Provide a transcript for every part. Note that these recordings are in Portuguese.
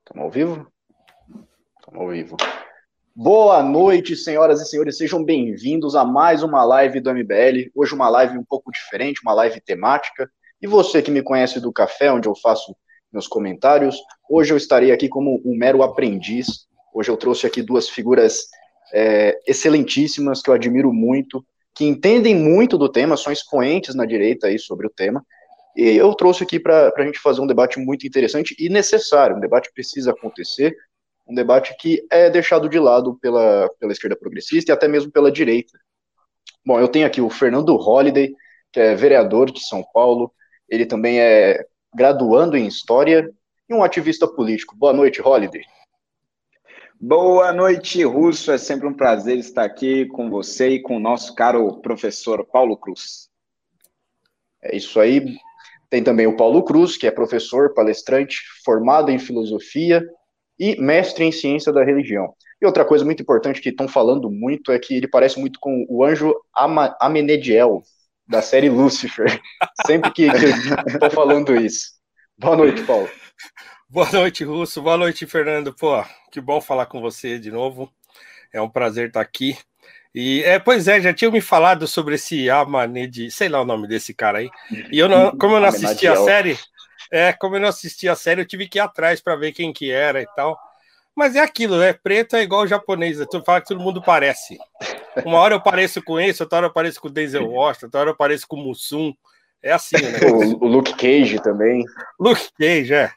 Estamos ao vivo? Estamos ao vivo. Boa noite, senhoras e senhores, sejam bem-vindos a mais uma live do MBL. Hoje uma live um pouco diferente, uma live temática. E você que me conhece do café, onde eu faço meus comentários, hoje eu estarei aqui como um mero aprendiz. Hoje eu trouxe aqui duas figuras excelentíssimas, que eu admiro muito, que entendem muito do tema, são expoentes na direita aí sobre o tema. E eu trouxe aqui para a gente fazer um debate muito interessante e necessário, um debate que precisa acontecer, um debate que é deixado de lado pela esquerda progressista e até mesmo pela direita. Bom, eu tenho aqui o Fernando Holliday, que é vereador de São Paulo, ele também é graduando em História e um ativista político. Boa noite, Holliday. Boa noite, Russo, é sempre um prazer estar aqui com você e com o nosso caro professor Paulo Cruz. É isso aí. Tem também o Paulo Cruz, que é professor, palestrante, formado em filosofia e mestre em ciência da religião. E outra coisa muito importante que estão falando muito é que ele parece muito com o anjo Amenediel, da série Lúcifer. Sempre que eu estou falando isso. Boa noite, Paulo. Boa noite, Russo. Boa noite, Fernando. Pô, que bom falar com você de novo. É um prazer estar aqui. E, pois é, já tinham me falado sobre esse Amanedi, sei lá o nome desse cara aí. E eu não, como eu não assisti a série, eu tive que ir atrás para ver quem que era e tal. Mas é aquilo, né? Preto é igual japonês, tu fala que todo mundo parece. Uma hora eu pareço com esse, outra hora eu pareço com o Denzel Washington, outra hora eu pareço com o Mussum. É assim, né? O Luke Cage também. Luke Cage, é.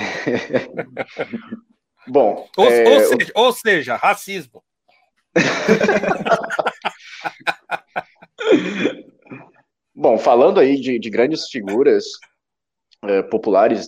Bom, ou seja, racismo. Bom, falando aí de grandes figuras populares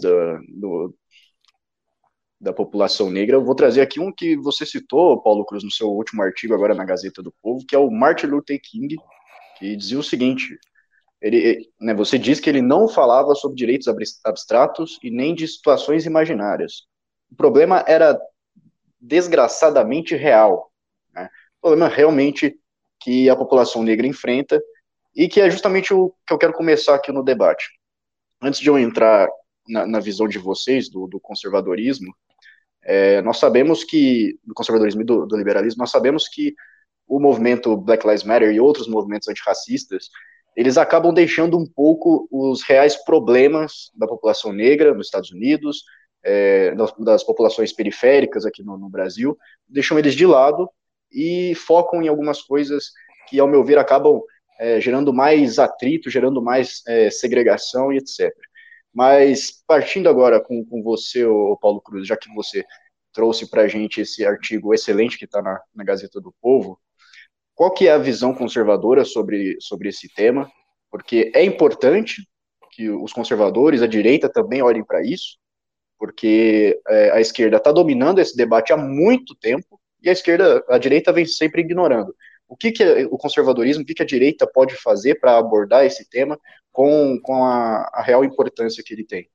da população negra, eu vou trazer aqui um que você citou, Paulo Cruz, no seu último artigo agora na Gazeta do Povo, que é o Martin Luther King, que dizia o seguinte: você diz que ele não falava sobre direitos abstratos e nem de situações imaginárias. O problema era desgraçadamente real, né? O problema realmente que a população negra enfrenta e que é justamente o que eu quero começar aqui no debate. Antes de eu entrar na visão de vocês do conservadorismo, nós sabemos que, do conservadorismo e do liberalismo, nós sabemos que o movimento Black Lives Matter e outros movimentos antirracistas, eles acabam deixando um pouco os reais problemas da população negra nos Estados Unidos, das populações periféricas aqui no Brasil, deixam eles de lado e focam em algumas coisas que, ao meu ver, acabam gerando mais atrito, gerando mais segregação e etc. Mas, partindo agora com você, Paulo Cruz, já que você trouxe para a gente esse artigo excelente que está na Gazeta do Povo, qual que é a visão conservadora sobre esse tema? Porque é importante que os conservadores, a direita também olhem para isso, porque a esquerda está dominando esse debate há muito tempo e a direita vem sempre ignorando. O que o conservadorismo, o que a direita pode fazer para abordar esse tema com a real importância que ele tem?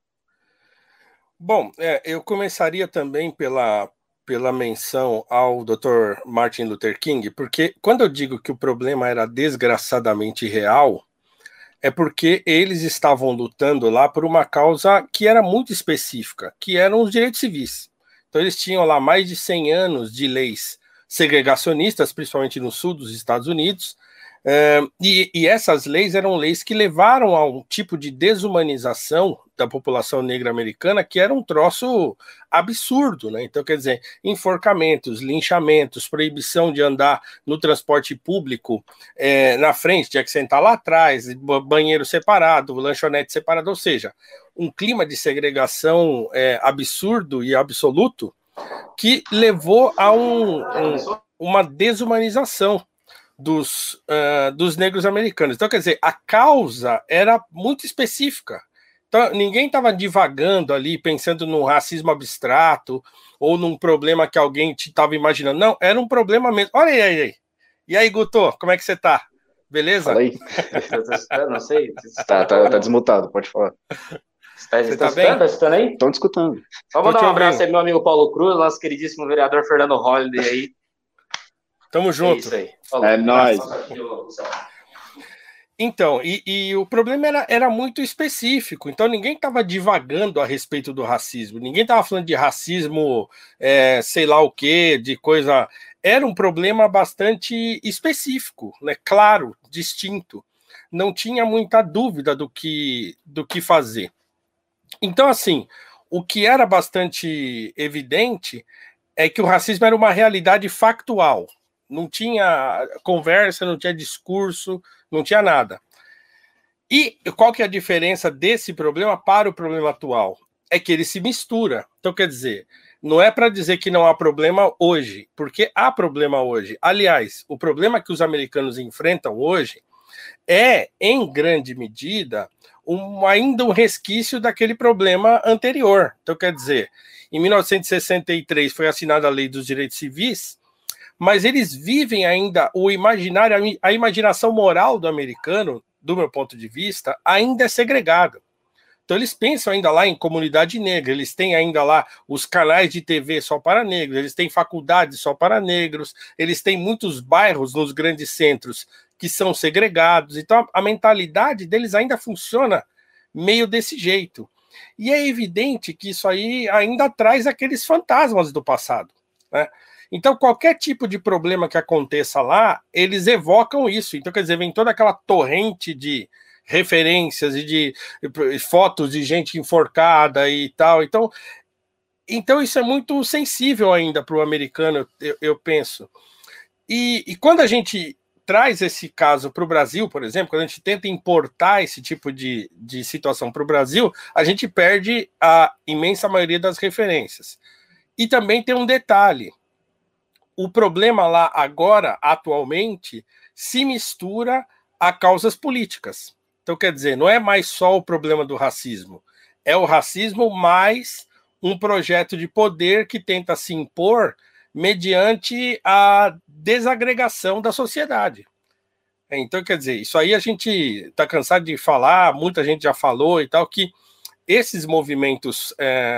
Bom, eu começaria também pela menção ao Dr. Martin Luther King, porque quando eu digo que o problema era desgraçadamente real, é porque eles estavam lutando lá por uma causa que era muito específica, que eram os direitos civis. Então eles tinham lá mais de 100 anos de leis segregacionistas, principalmente no sul dos Estados Unidos, e essas leis eram leis que levaram a um tipo de desumanização da população negra americana que era um troço absurdo, né? Então, quer dizer, enforcamentos, linchamentos, proibição de andar no transporte público na frente, tinha que sentar lá atrás, banheiro separado, lanchonete separado, ou seja, um clima de segregação absurdo e absoluto que levou a uma desumanização dos negros americanos. Então, quer dizer, a causa era muito específica. Então, ninguém estava divagando ali, pensando num racismo abstrato ou num problema que alguém estava imaginando. Não, era um problema mesmo. Olha aí. E aí, Guto, como é que você tá? Beleza? Fala aí. Não sei. Tá desmutado, pode falar. Você tá bem? Tá escutando aí? Estão discutindo. Só mandar um abraço aí pro meu amigo Paulo Cruz, nosso queridíssimo vereador Fernando Holliday aí. Tamo junto. É isso aí. É nóis. Então, e o problema era muito específico, então ninguém estava divagando a respeito do racismo, ninguém estava falando de racismo, sei lá o quê, de coisa. Era um problema bastante específico, né? Claro, distinto. Não tinha muita dúvida do que fazer. Então, assim, o que era bastante evidente é que o racismo era uma realidade factual. Não tinha conversa, não tinha discurso, não tinha nada. E qual que é a diferença desse problema para o problema atual? É que ele se mistura. Então, quer dizer, não é para dizer que não há problema hoje, porque há problema hoje. Aliás, o problema que os americanos enfrentam hoje é, em grande medida, ainda um resquício daquele problema anterior. Então, quer dizer, em 1963 foi assinada a Lei dos Direitos Civis, mas eles vivem ainda o imaginário, a imaginação moral do americano, do meu ponto de vista, ainda é segregada. Então eles pensam ainda lá em comunidade negra, eles têm ainda lá os canais de TV só para negros, eles têm faculdades só para negros, eles têm muitos bairros nos grandes centros que são segregados, então a mentalidade deles ainda funciona meio desse jeito. E é evidente que isso aí ainda traz aqueles fantasmas do passado, né? Então, qualquer tipo de problema que aconteça lá, eles evocam isso. Então, quer dizer, vem toda aquela torrente de referências e de fotos de gente enforcada e tal. Então isso é muito sensível ainda para o americano, eu penso. E quando a gente traz esse caso para o Brasil, por exemplo, quando a gente tenta importar esse tipo de situação para o Brasil, a gente perde a imensa maioria das referências. E também tem um detalhe. O problema lá agora, atualmente, se mistura a causas políticas. Então, quer dizer, não é mais só o problema do racismo, é o racismo mais um projeto de poder que tenta se impor mediante a desagregação da sociedade. Então, quer dizer, isso aí a gente está cansado de falar, muita gente já falou e tal, que esses movimentos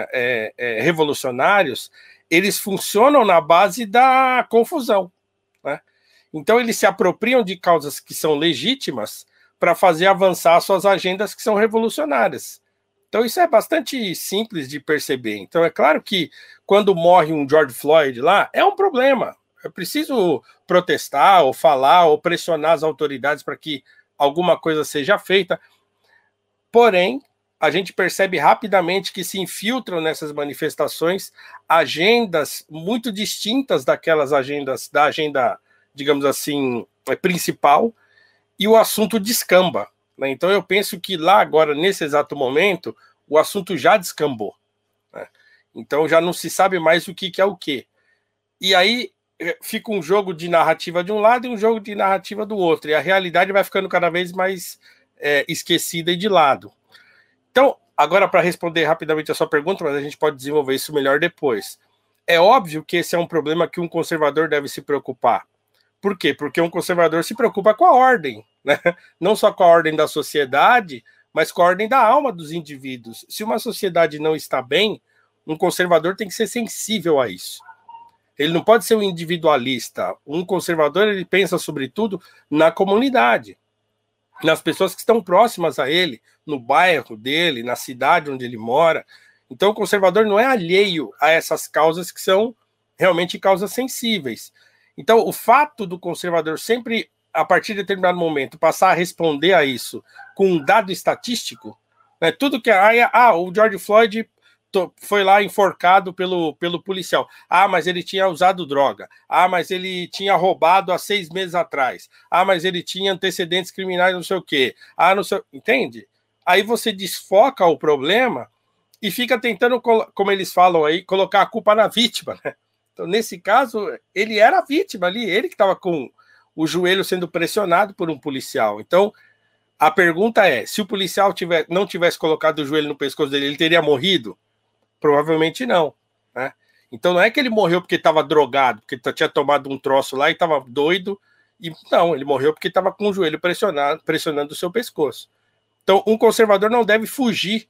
revolucionários, eles funcionam na base da confusão, né? Então, eles se apropriam de causas que são legítimas para fazer avançar suas agendas que são revolucionárias. Então, isso é bastante simples de perceber. Então, é claro que quando morre um George Floyd lá, é um problema. É preciso protestar, ou falar, ou pressionar as autoridades para que alguma coisa seja feita. Porém, a gente percebe rapidamente que se infiltram nessas manifestações agendas muito distintas daquelas agendas, da agenda, digamos assim, principal, e o assunto descamba, né? Então eu penso que lá agora, nesse exato momento, o assunto já descambou, né? Então já não se sabe mais o que é o quê. E aí fica um jogo de narrativa de um lado e um jogo de narrativa do outro, e a realidade vai ficando cada vez mais esquecida e de lado. Então, agora para responder rapidamente a sua pergunta, mas a gente pode desenvolver isso melhor depois. É óbvio que esse é um problema que um conservador deve se preocupar. Por quê? Porque um conservador se preocupa com a ordem, né? Não só com a ordem da sociedade, mas com a ordem da alma dos indivíduos. Se uma sociedade não está bem, um conservador tem que ser sensível a isso. Ele não pode ser um individualista. Um conservador, ele pensa, sobretudo, na comunidade, nas pessoas que estão próximas a ele, no bairro dele, na cidade onde ele mora. Então, o conservador não é alheio a essas causas que são realmente causas sensíveis. Então, o fato do conservador sempre, a partir de determinado momento, passar a responder a isso com um dado estatístico, né, tudo que o George Floyd foi lá enforcado pelo policial. Mas ele tinha usado droga. Mas ele tinha roubado há 6 meses atrás. Mas ele tinha antecedentes criminais, não sei o quê. Não sei... Entende? Aí você desfoca o problema e fica tentando, como eles falam aí, colocar a culpa na vítima, né? Então, nesse caso, ele era a vítima ali, ele que estava com o joelho sendo pressionado por um policial. Então, a pergunta é, se o policial não tivesse colocado o joelho no pescoço dele, ele teria morrido? Provavelmente não, né? Então, não é que ele morreu porque estava drogado, porque tinha tomado um troço lá e estava doido. Não, ele morreu porque estava com o joelho pressionando o seu pescoço. Então, um conservador não deve fugir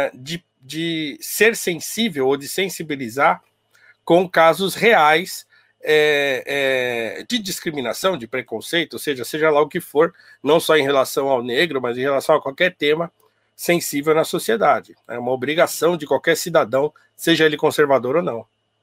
de ser sensível ou de sensibilizar com casos reais de discriminação, de preconceito, ou seja lá o que for, não só em relação ao negro, mas em relação a qualquer tema sensível na sociedade. É uma obrigação de qualquer cidadão, seja ele conservador ou não.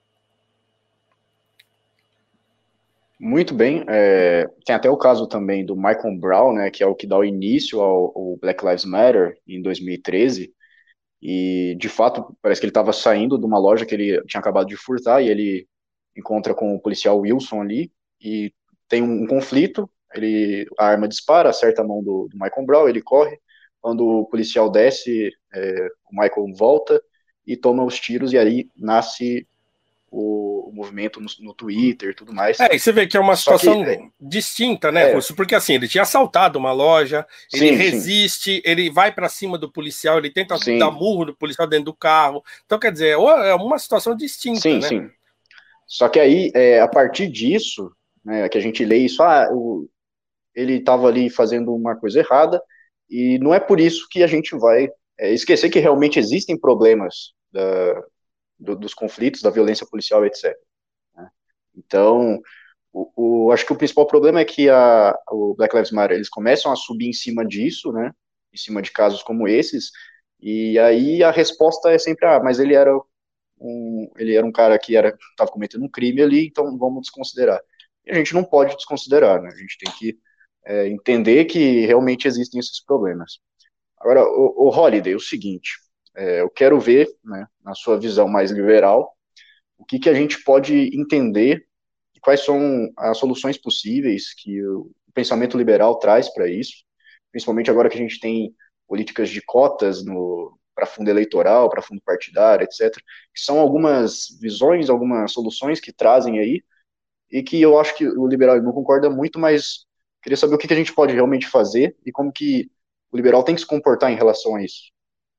Muito bem. Tem até o caso também do Michael Brown, né, que é o que dá o início ao Black Lives Matter em 2013. E, de fato, parece que ele estava saindo de uma loja que ele tinha acabado de furtar e ele encontra com o policial Wilson ali e tem um conflito. A arma dispara, acerta a mão do Michael Brown, ele corre. Quando o policial desce, o Michael volta e toma os tiros e aí nasce o movimento no Twitter e tudo mais. E você vê que é uma situação distinta, né, Russo? Porque assim, ele tinha assaltado uma loja, ele resiste, ele vai para cima do policial, ele tenta dar murro no policial dentro do carro. Então, quer dizer, é uma situação distinta, né? Sim. Só que aí, a partir disso, né, que a gente lê isso, ele estava ali fazendo uma coisa errada, e não é por isso que a gente vai esquecer que realmente existem problemas dos conflitos, da violência policial, etc. Então, acho que o principal problema é que o Black Lives Matter, eles começam a subir em cima disso, né, em cima de casos como esses, e aí a resposta é sempre, mas ele era um cara que estava cometendo um crime ali, então vamos desconsiderar. E a gente não pode desconsiderar, né, a gente tem que entender que realmente existem esses problemas. Agora, o Holiday, o seguinte, eu quero ver, né, na sua visão mais liberal, o que a gente pode entender, quais são as soluções possíveis que o pensamento liberal traz para isso, principalmente agora que a gente tem políticas de cotas para fundo eleitoral, para fundo partidário, etc., que são algumas visões, algumas soluções que trazem aí, e que eu acho que o liberal não concorda muito, mas queria saber o que a gente pode realmente fazer e como que o liberal tem que se comportar em relação a isso.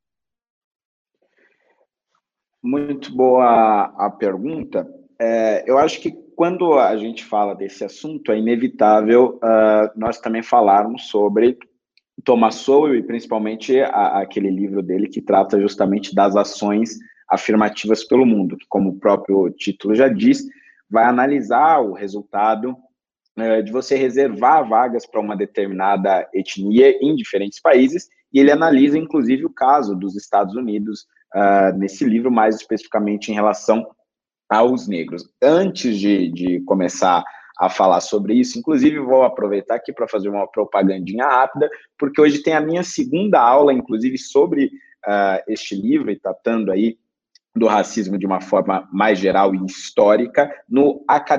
Muito boa a pergunta. Eu acho que quando a gente fala desse assunto, é inevitável nós também falarmos sobre Thomas Sowell e principalmente aquele livro dele que trata justamente das ações afirmativas pelo mundo, que, como o próprio título já diz, vai analisar o resultado de você reservar vagas para uma determinada etnia em diferentes países, e ele analisa, inclusive, o caso dos Estados Unidos nesse livro, mais especificamente em relação aos negros. Antes de começar a falar sobre isso, inclusive vou aproveitar aqui para fazer uma propagandinha rápida, porque hoje tem a minha segunda aula, inclusive, sobre este livro, e tratando aí do racismo de uma forma mais geral e histórica, no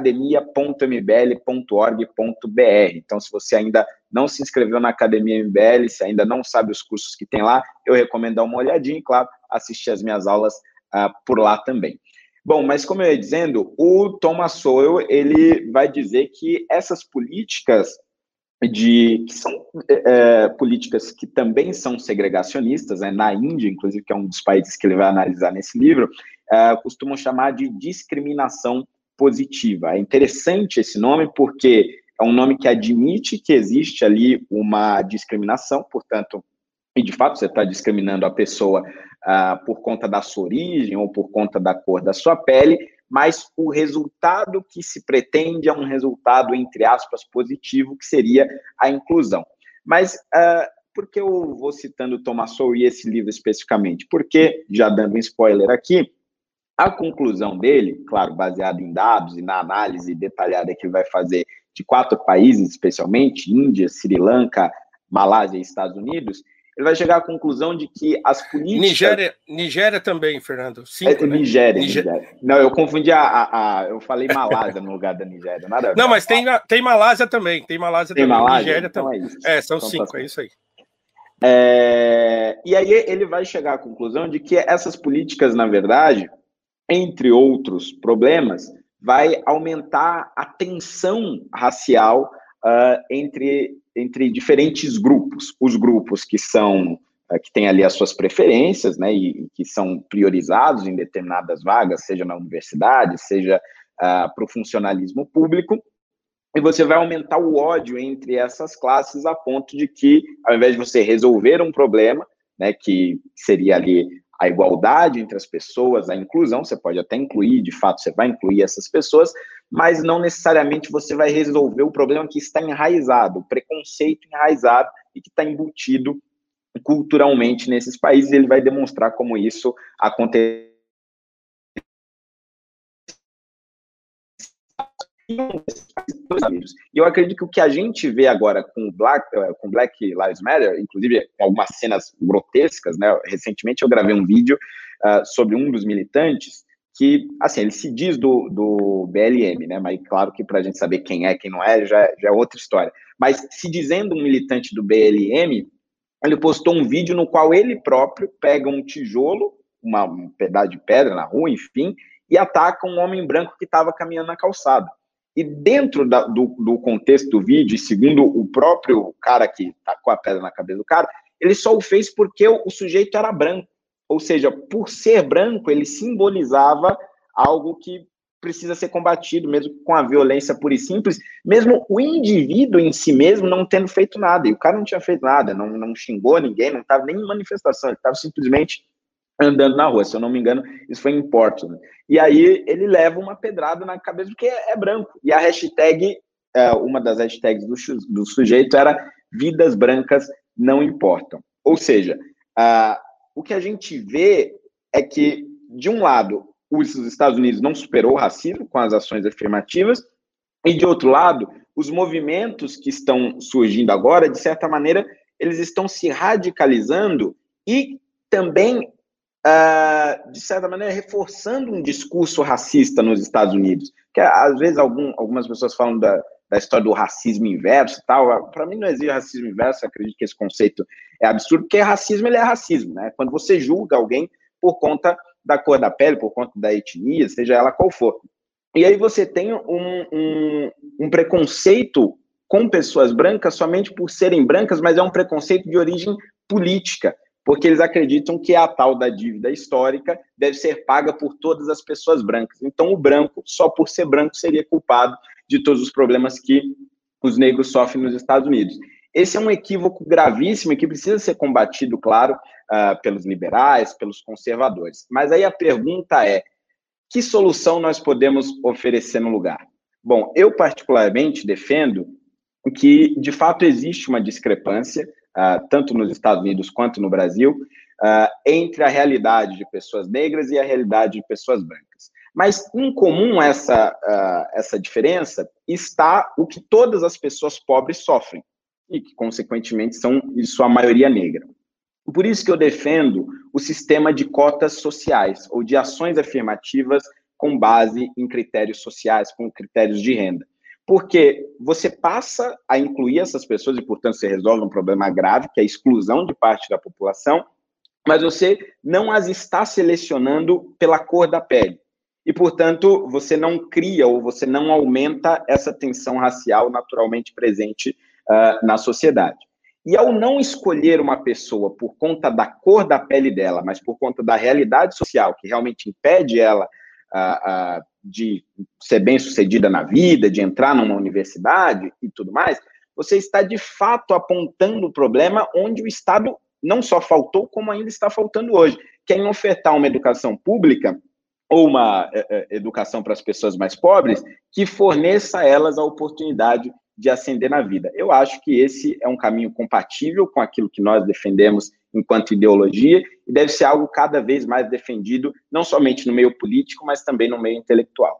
academia.mbl.org.br. Então, se você ainda não se inscreveu na Academia MBL, se ainda não sabe os cursos que tem lá, eu recomendo dar uma olhadinha e, claro, assistir as minhas aulas por lá também. Bom, mas como eu ia dizendo, o Thomas Sowell, ele vai dizer que essas políticas que são políticas que também são segregacionistas, né, na Índia, inclusive, que é um dos países que ele vai analisar nesse livro, costumam chamar de discriminação positiva. É interessante esse nome porque é um nome que admite que existe ali uma discriminação, portanto, e de fato você está discriminando a pessoa por conta da sua origem ou por conta da cor da sua pele, mas o resultado que se pretende é um resultado, entre aspas, positivo, que seria a inclusão. Mas por que eu vou citando Thomas Sowell e esse livro especificamente? Porque, já dando um spoiler aqui, a conclusão dele, claro, baseada em dados e na análise detalhada que ele vai fazer de 4 países, especialmente, Índia, Sri Lanka, Malásia e Estados Unidos, ele vai chegar à conclusão de que as políticas... Nigéria também, Fernando. 5, né? Nigéria. Não, eu confundi eu falei Malásia no lugar da Nigéria. Nada a ver. Não, mas tem Malásia também. Tem Malásia também. Nigéria então também. É isso. São então, 5, é isso aí. E aí ele vai chegar à conclusão de que essas políticas, na verdade, entre outros problemas, vai aumentar a tensão racial entre diferentes grupos. Os grupos que têm ali as suas preferências, né, e que são priorizados em determinadas vagas, seja na universidade, seja para o funcionalismo público, e você vai aumentar o ódio entre essas classes a ponto de que, ao invés de você resolver um problema, né, que seria ali a igualdade entre as pessoas, a inclusão, você pode até incluir, de fato, você vai incluir essas pessoas, mas não necessariamente você vai resolver o problema que está enraizado, o preconceito enraizado e que está embutido culturalmente nesses países. Ele vai demonstrar como isso acontece. E eu acredito que o que a gente vê agora com Black Lives Matter, inclusive com algumas cenas grotescas, né? Recentemente eu gravei um vídeo sobre um dos militantes que, assim, ele se diz do BLM, né? Mas claro que para a gente saber quem é, quem não é, já é outra história. Mas se dizendo um militante do BLM, ele postou um vídeo no qual ele próprio pega um tijolo, um pedaço de pedra na rua, enfim, e ataca um homem branco que estava caminhando na calçada. E dentro do contexto do vídeo, segundo o próprio cara que tacou a pedra na cabeça do cara, ele só o fez porque o sujeito era branco. Ou seja, por ser branco, ele simbolizava algo que precisa ser combatido, mesmo com a violência pura e simples, mesmo o indivíduo em si mesmo não tendo feito nada. E o cara não tinha feito nada, não xingou ninguém, não estava nem em manifestação, ele estava simplesmente andando na rua. Se eu não me engano, isso foi em Portland. E aí ele leva uma pedrada na cabeça porque é branco. E a hashtag, uma das hashtags do sujeito era "vidas brancas não importam". Ou seja, o que a gente vê é que, de um lado, os Estados Unidos não superou o racismo com as ações afirmativas, e, de outro lado, os movimentos que estão surgindo agora, de certa maneira, eles estão se radicalizando e também, de certa maneira, reforçando um discurso racista nos Estados Unidos. Que, às vezes, algumas pessoas falam da história do racismo inverso e tal. Para mim, não existe racismo inverso, eu acredito que esse conceito é absurdo, porque racismo, ele é racismo, né? Quando você julga alguém por conta da cor da pele, por conta da etnia, seja ela qual for. E aí você tem um preconceito com pessoas brancas somente por serem brancas, mas é um preconceito de origem política, porque eles acreditam que a tal da dívida histórica deve ser paga por todas as pessoas brancas. Então, o branco, só por ser branco, seria culpado de todos os problemas que os negros sofrem nos Estados Unidos. Esse é um equívoco gravíssimo e que precisa ser combatido, claro, pelos liberais, pelos conservadores. Mas aí a pergunta é: que solução nós podemos oferecer no lugar? Bom, eu particularmente defendo que, de fato, existe uma discrepância, tanto nos Estados Unidos quanto no Brasil, entre a realidade de pessoas negras e a realidade de pessoas brancas. Mas, em comum essa diferença, está o que todas as pessoas pobres sofrem, e que, consequentemente, são, em sua maioria, negra. Por isso que eu defendo o sistema de cotas sociais, ou de ações afirmativas com base em critérios sociais, com critérios de renda. Porque você passa a incluir essas pessoas e, portanto, você resolve um problema grave, que é a exclusão de parte da população, mas você não as está selecionando pela cor da pele. E, portanto, você não cria ou você não aumenta essa tensão racial naturalmente presente na sociedade. E ao não escolher uma pessoa por conta da cor da pele dela, mas por conta da realidade social que realmente impede ela de ser bem-sucedida na vida, de entrar numa universidade e tudo mais, você está, de fato, apontando o problema onde o Estado não só faltou, como ainda está faltando hoje, que é em ofertar uma educação pública ou uma educação para as pessoas mais pobres que forneça a elas a oportunidade de ascender na vida. Eu acho que esse é um caminho compatível com aquilo que nós defendemos enquanto ideologia e deve ser algo cada vez mais defendido, não somente no meio político, mas também no meio intelectual.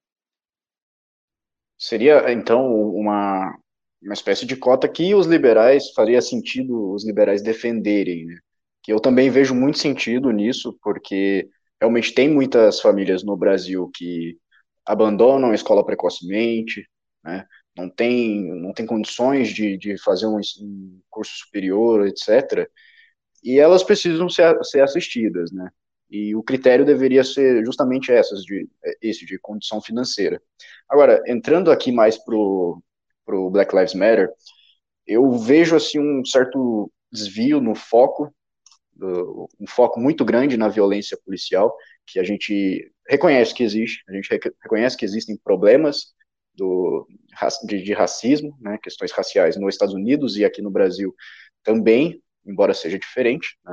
Seria, então, uma espécie de cota que os liberais, faria sentido os liberais defenderem, né? Que eu também vejo muito sentido nisso, porque realmente tem muitas famílias no Brasil que abandonam a escola precocemente, né? Não tem condições de fazer um curso superior, etc. E elas precisam ser assistidas, né? E o critério deveria ser justamente esse de condição financeira. Agora, entrando aqui mais pro Black Lives Matter, eu vejo assim um certo desvio no foco, um foco muito grande na violência policial, que a gente reconhece que existe, a gente reconhece que existem problemas de racismo, né, questões raciais nos Estados Unidos e aqui no Brasil também, embora seja diferente, né,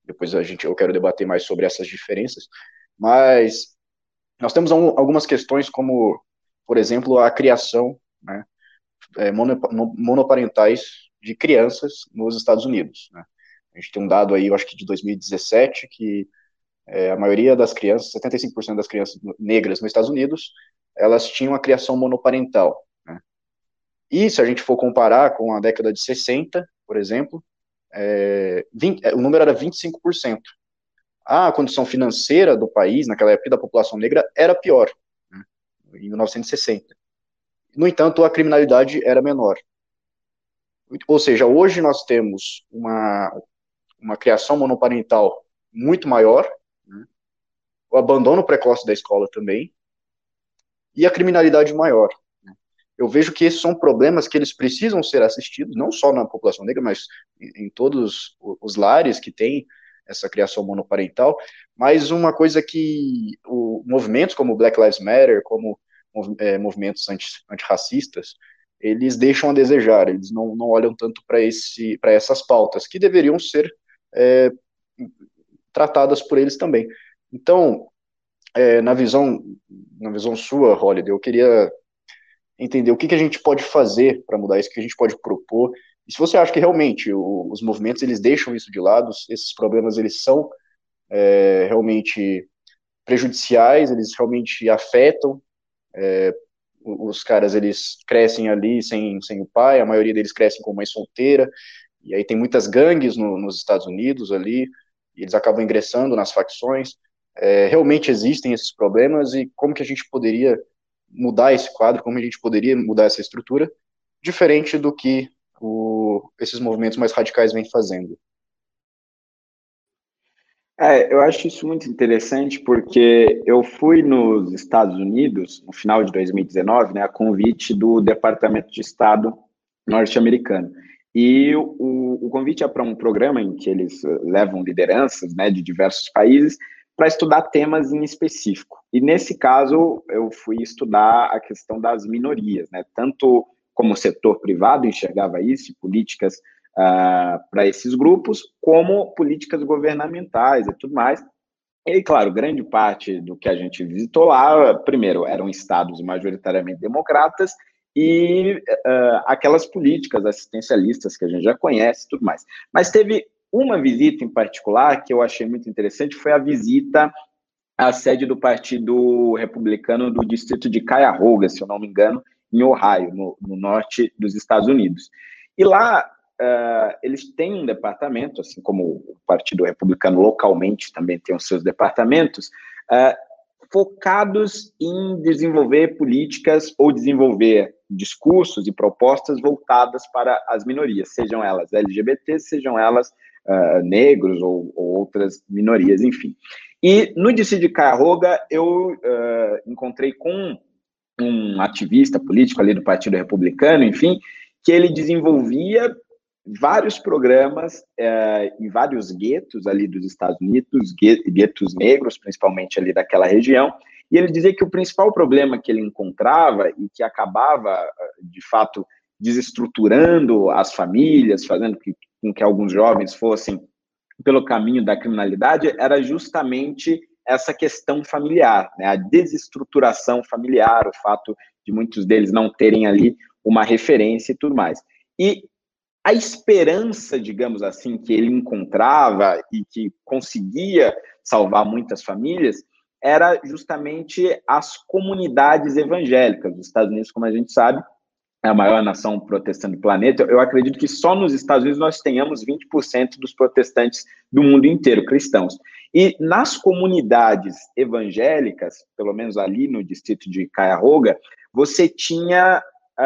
depois eu quero debater mais sobre essas diferenças, mas nós temos algumas questões como, por exemplo, a criação, né, monoparentais de crianças nos Estados Unidos, né? A gente tem um dado aí, eu acho que de 2017, que a maioria das crianças, 75% das crianças negras nos Estados Unidos, elas tinham a criação monoparental, né? E se a gente for comparar com a década de 60, por exemplo, o número era 25%. A condição financeira do país, naquela época, da população negra, era pior, né, em 1960. No entanto, a criminalidade era menor. Ou seja, hoje nós temos uma criação monoparental muito maior, né, o abandono precoce da escola também, e a criminalidade maior. Eu vejo que esses são problemas que eles precisam ser assistidos, não só na população negra, mas em todos os lares que têm essa criação monoparental, mas uma coisa que movimentos como Black Lives Matter, como movimentos antirracistas, eles deixam a desejar, eles não olham tanto para essas pautas, que deveriam ser tratadas por eles também. Então, na visão sua, Holiday, eu queria entender o que a gente pode fazer para mudar isso, o que a gente pode propor, e se você acha que realmente os movimentos eles deixam isso de lado, esses problemas eles são realmente prejudiciais, eles realmente afetam, os caras eles crescem ali sem o pai, a maioria deles crescem com mãe solteira, e aí tem muitas gangues nos Estados Unidos ali, e eles acabam ingressando nas facções. Realmente existem esses problemas, e como que a gente poderia mudar esse quadro, como a gente poderia mudar essa estrutura, diferente do que esses movimentos mais radicais vêm fazendo. Eu acho isso muito interessante, porque eu fui nos Estados Unidos, no final de 2019, né, a convite do Departamento de Estado norte-americano. E o convite é para um programa em que eles levam lideranças, né, de diversos países para estudar temas em específico. E, nesse caso, eu fui estudar a questão das minorias, né, tanto como o setor privado enxergava isso, políticas para esses grupos, como políticas governamentais e tudo mais. E, claro, grande parte do que a gente visitou lá, primeiro, eram estados majoritariamente democratas e aquelas políticas assistencialistas que a gente já conhece e tudo mais. Mas teve uma visita em particular que eu achei muito interessante, foi a visita à sede do Partido Republicano do distrito de Cuyahoga, se eu não me engano, em Ohio, no norte dos Estados Unidos. E lá, eles têm um departamento, assim como o Partido Republicano localmente também tem os seus departamentos, focados em desenvolver políticas ou desenvolver discursos e propostas voltadas para as minorias, sejam elas LGBT, sejam elas negros ou outras minorias, enfim. E no distrito de Cuyahoga, eu encontrei com um ativista político ali do Partido Republicano, enfim, que ele desenvolvia vários programas em vários guetos ali dos Estados Unidos, guetos negros, principalmente ali daquela região, e ele dizia que o principal problema que ele encontrava e que acabava, de fato, desestruturando as famílias, fazendo com que alguns jovens fossem pelo caminho da criminalidade, era justamente essa questão familiar, né? A desestruturação familiar, o fato de muitos deles não terem ali uma referência e tudo mais. E a esperança, digamos assim, que ele encontrava e que conseguia salvar muitas famílias era justamente as comunidades evangélicas. Os Estados Unidos, como a gente sabe, é a maior nação protestante do planeta. Eu acredito que só nos Estados Unidos nós tenhamos 20% dos protestantes do mundo inteiro, cristãos. E nas comunidades evangélicas, pelo menos ali no distrito de Cuyahoga, você tinha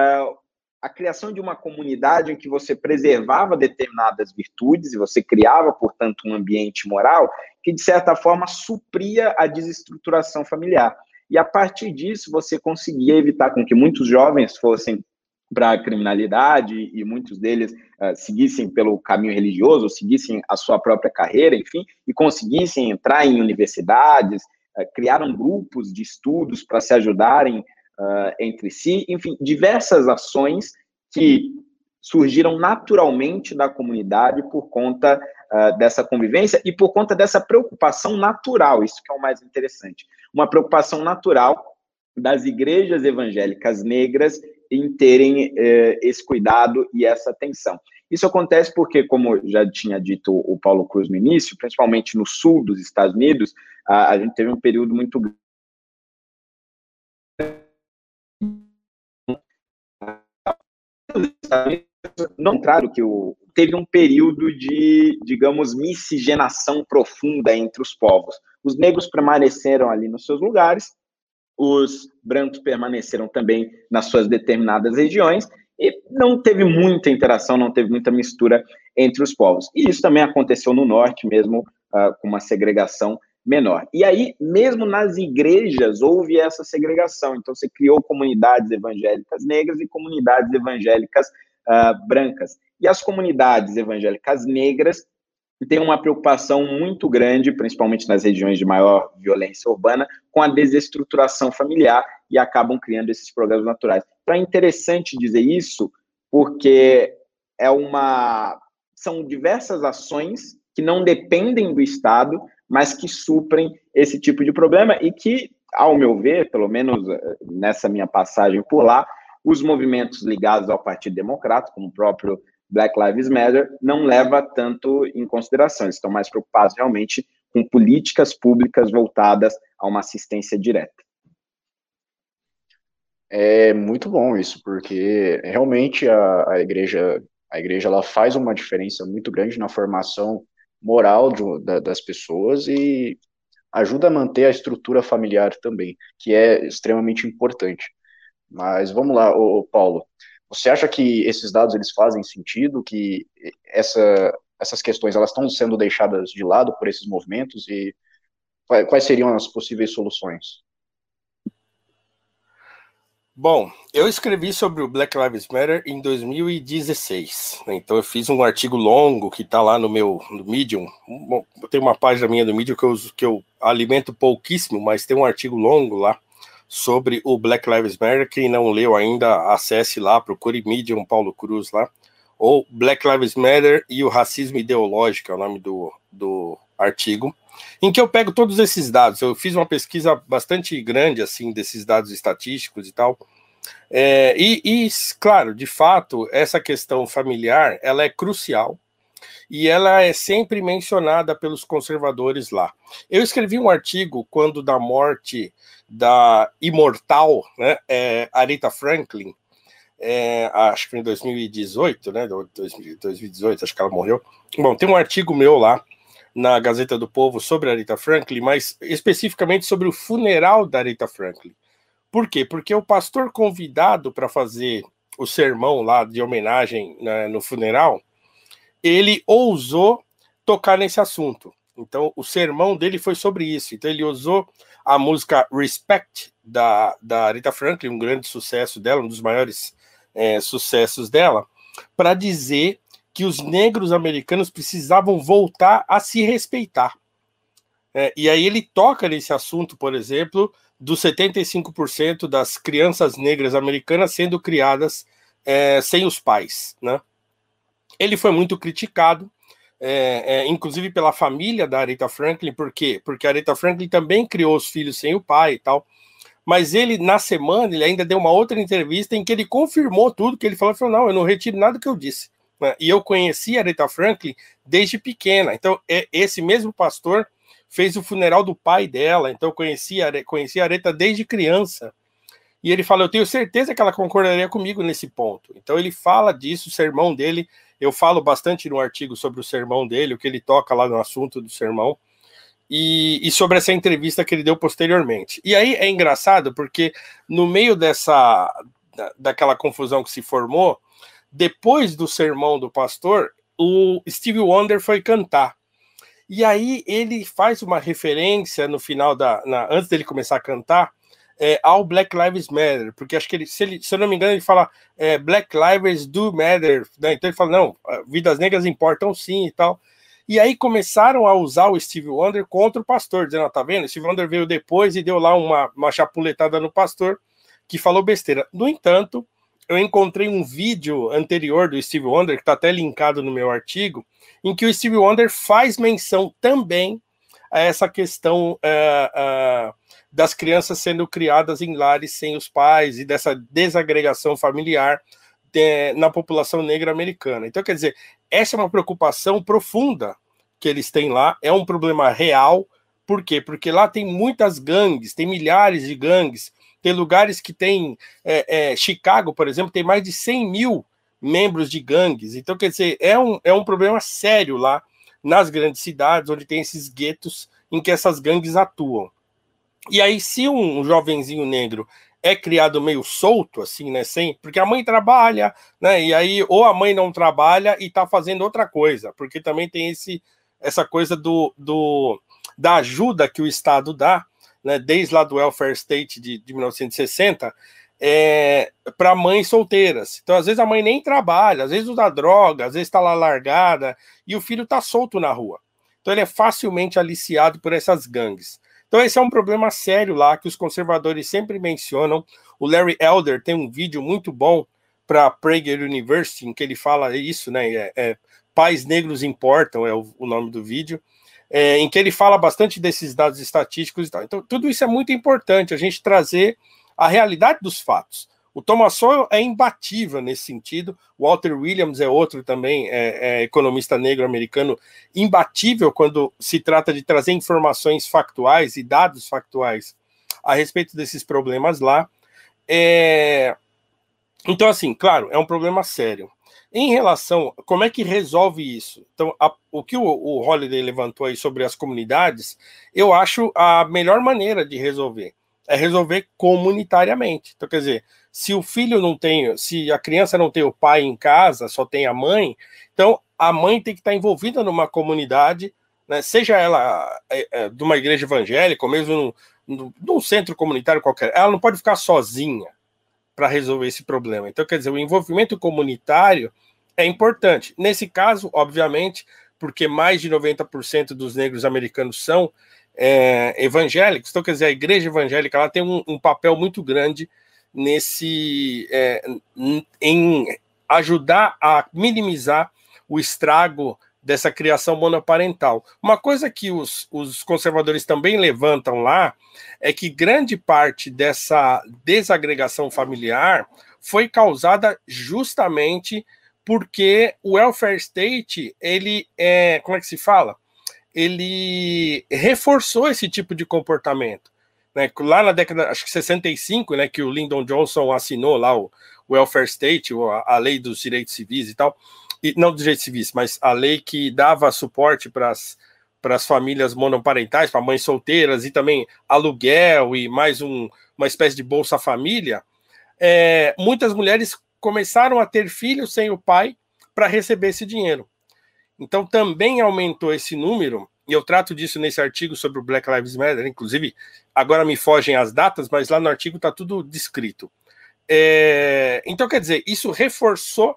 a criação de uma comunidade em que você preservava determinadas virtudes e você criava, portanto, um ambiente moral que, de certa forma, supria a desestruturação familiar. E, a partir disso, você conseguia evitar com que muitos jovens fossem para a criminalidade e muitos deles seguissem pelo caminho religioso, seguissem a sua própria carreira, enfim, e conseguissem entrar em universidades, criaram grupos de estudos para se ajudarem entre si, enfim, diversas ações que surgiram naturalmente da comunidade por conta dessa convivência e por conta dessa preocupação natural, isso que é o mais interessante, uma preocupação natural das igrejas evangélicas negras em terem esse cuidado e essa atenção. Isso acontece porque, como já tinha dito o Paulo Cruz no início, principalmente no sul dos Estados Unidos, a gente teve um período muito não, contrário, que teve um período de, digamos, miscigenação profunda entre os povos. Os negros permaneceram ali nos seus lugares, os brancos permaneceram também nas suas determinadas regiões, e não teve muita interação, não teve muita mistura entre os povos. E isso também aconteceu no norte, mesmo com uma segregação menor. E aí, mesmo nas igrejas, houve essa segregação. Então, você criou comunidades evangélicas negras e comunidades evangélicas brancas. E as comunidades evangélicas negras têm uma preocupação muito grande, principalmente nas regiões de maior violência urbana, com a desestruturação familiar e acabam criando esses programas naturais. Então, é interessante dizer isso, porque são diversas ações que não dependem do Estado, mas que suprem esse tipo de problema e que, ao meu ver, pelo menos nessa minha passagem por lá, os movimentos ligados ao Partido Democrata, como o próprio Black Lives Matter, não leva tanto em consideração. Eles estão mais preocupados realmente com políticas públicas voltadas a uma assistência direta. É muito bom isso, porque realmente a igreja ela faz uma diferença muito grande na formação moral das pessoas e ajuda a manter a estrutura familiar também, que é extremamente importante. Mas vamos lá, Paulo, você acha que esses dados eles fazem sentido, que essas questões elas estão sendo deixadas de lado por esses movimentos e quais seriam as possíveis soluções? Bom, eu escrevi sobre o Black Lives Matter em 2016, né? Então eu fiz um artigo longo que está lá no Medium. Bom, tem uma página minha do Medium que eu alimento pouquíssimo, mas tem um artigo longo lá sobre o Black Lives Matter. Quem não leu ainda, acesse lá, procure Medium Paulo Cruz lá, ou Black Lives Matter e o racismo ideológico, é o nome do artigo, em que eu pego todos esses dados. Eu fiz uma pesquisa bastante grande, assim, desses dados estatísticos e tal, claro, de fato, essa questão familiar, ela é crucial, e ela é sempre mencionada pelos conservadores lá. Eu escrevi um artigo quando da morte da imortal, né, Aretha Franklin, acho que foi em 2018, né, 2018, acho que ela morreu. Bom, tem um artigo meu lá, na Gazeta do Povo, sobre a Aretha Franklin, mas especificamente sobre o funeral da Aretha Franklin. Por quê? Porque o pastor convidado para fazer o sermão lá de homenagem, né, no funeral, ele ousou tocar nesse assunto. Então, o sermão dele foi sobre isso. Então, ele usou a música Respect, da Aretha Franklin, um grande sucesso dela, um dos maiores sucessos dela, para dizer que os negros americanos precisavam voltar a se respeitar. E aí ele toca nesse assunto, por exemplo, dos 75% das crianças negras americanas sendo criadas sem os pais, né? Ele foi muito criticado, inclusive pela família da Aretha Franklin. Por quê? Porque a Aretha Franklin também criou os filhos sem o pai e tal. Mas ele, na semana, ele ainda deu uma outra entrevista em que ele confirmou tudo que ele falou. Falou, não, eu não retiro nada do que eu disse. E eu conheci a Aretha Franklin desde pequena. Então, esse mesmo pastor fez o funeral do pai dela. Então, eu conheci a Aretha desde criança. E ele fala, eu tenho certeza que ela concordaria comigo nesse ponto. Então, ele fala disso, o sermão dele. Eu falo bastante no artigo sobre o sermão dele, o que ele toca lá no assunto do sermão. E sobre essa entrevista que ele deu posteriormente. E aí é engraçado, porque no meio daquela confusão que se formou, depois do sermão do pastor, o Stevie Wonder foi cantar. E aí ele faz uma referência no final, antes dele começar a cantar, ao Black Lives Matter, porque acho que se eu não me engano, ele fala Black Lives do Matter, né? Então ele fala, não, vidas negras importam sim e tal. E aí começaram a usar o Stevie Wonder contra o pastor, dizendo, tá vendo? O Stevie Wonder veio depois e deu lá uma chapuletada no pastor, que falou besteira. No entanto, eu encontrei um vídeo anterior do Stevie Wonder, que está até linkado no meu artigo, em que o Stevie Wonder faz menção também a essa questão das crianças sendo criadas em lares sem os pais e dessa desagregação familiar na população negra americana. Então, quer dizer, essa é uma preocupação profunda que eles têm lá, é um problema real. Por quê? Porque lá tem muitas gangues, tem milhares de gangues, tem lugares que tem... Chicago, por exemplo, tem mais de 100 mil membros de gangues. Então, quer dizer, é um problema sério lá nas grandes cidades, onde tem esses guetos em que essas gangues atuam. E aí, se um jovenzinho negro é criado meio solto, assim, né, porque a mãe trabalha, né, e aí ou a mãe não trabalha e está fazendo outra coisa, porque também tem essa coisa da ajuda que o Estado dá, né, desde lá do Welfare State de 1960, para mães solteiras. Então, às vezes, a mãe nem trabalha, às vezes usa droga, às vezes está lá largada, e o filho está solto na rua. Então, ele é facilmente aliciado por essas gangues. Então, esse é um problema sério lá, que os conservadores sempre mencionam. O Larry Elder tem um vídeo muito bom para Prager University, em que ele fala isso, né? Pais Negros Importam, é o nome do vídeo, em que ele fala bastante desses dados estatísticos e tal. Então, tudo isso é muito importante, a gente trazer a realidade dos fatos. O Thomas Sowell é imbatível nesse sentido, o Walter Williams é outro também, economista negro americano, imbatível quando se trata de trazer informações factuais e dados factuais a respeito desses problemas lá. Então, assim, claro, é um problema sério. Em relação, como é que resolve isso? Então, o que o Holliday levantou aí sobre as comunidades, eu acho a melhor maneira de resolver é resolver comunitariamente. Então, quer dizer, se o filho não tem, se a criança não tem o pai em casa, só tem a mãe, então a mãe tem que estar envolvida numa comunidade, né, seja ela de uma igreja evangélica, ou mesmo num centro comunitário qualquer, ela não pode ficar sozinha para resolver esse problema. Então, quer dizer, o envolvimento comunitário é importante. Nesse caso, obviamente, porque mais de 90% dos negros americanos são evangélicos, então, quer dizer, a igreja evangélica ela tem um papel muito grande em ajudar a minimizar o estrago dessa criação monoparental. Uma coisa que os conservadores também levantam lá é que grande parte dessa desagregação familiar foi causada justamente porque o welfare state, ele como é que se fala? Ele reforçou esse tipo de comportamento. Né? Lá na década, acho que 65, né, que o Lyndon Johnson assinou lá o welfare state, a lei dos direitos civis e tal, e, não dos direitos civis, mas a lei que dava suporte para as famílias monoparentais, para mães solteiras, e também aluguel e mais uma espécie de Bolsa Família, muitas mulheres começaram a ter filhos sem o pai para receber esse dinheiro. Então, também aumentou esse número, e eu trato disso nesse artigo sobre o Black Lives Matter, inclusive, agora me fogem as datas, mas lá no artigo está tudo descrito. Então, quer dizer, isso reforçou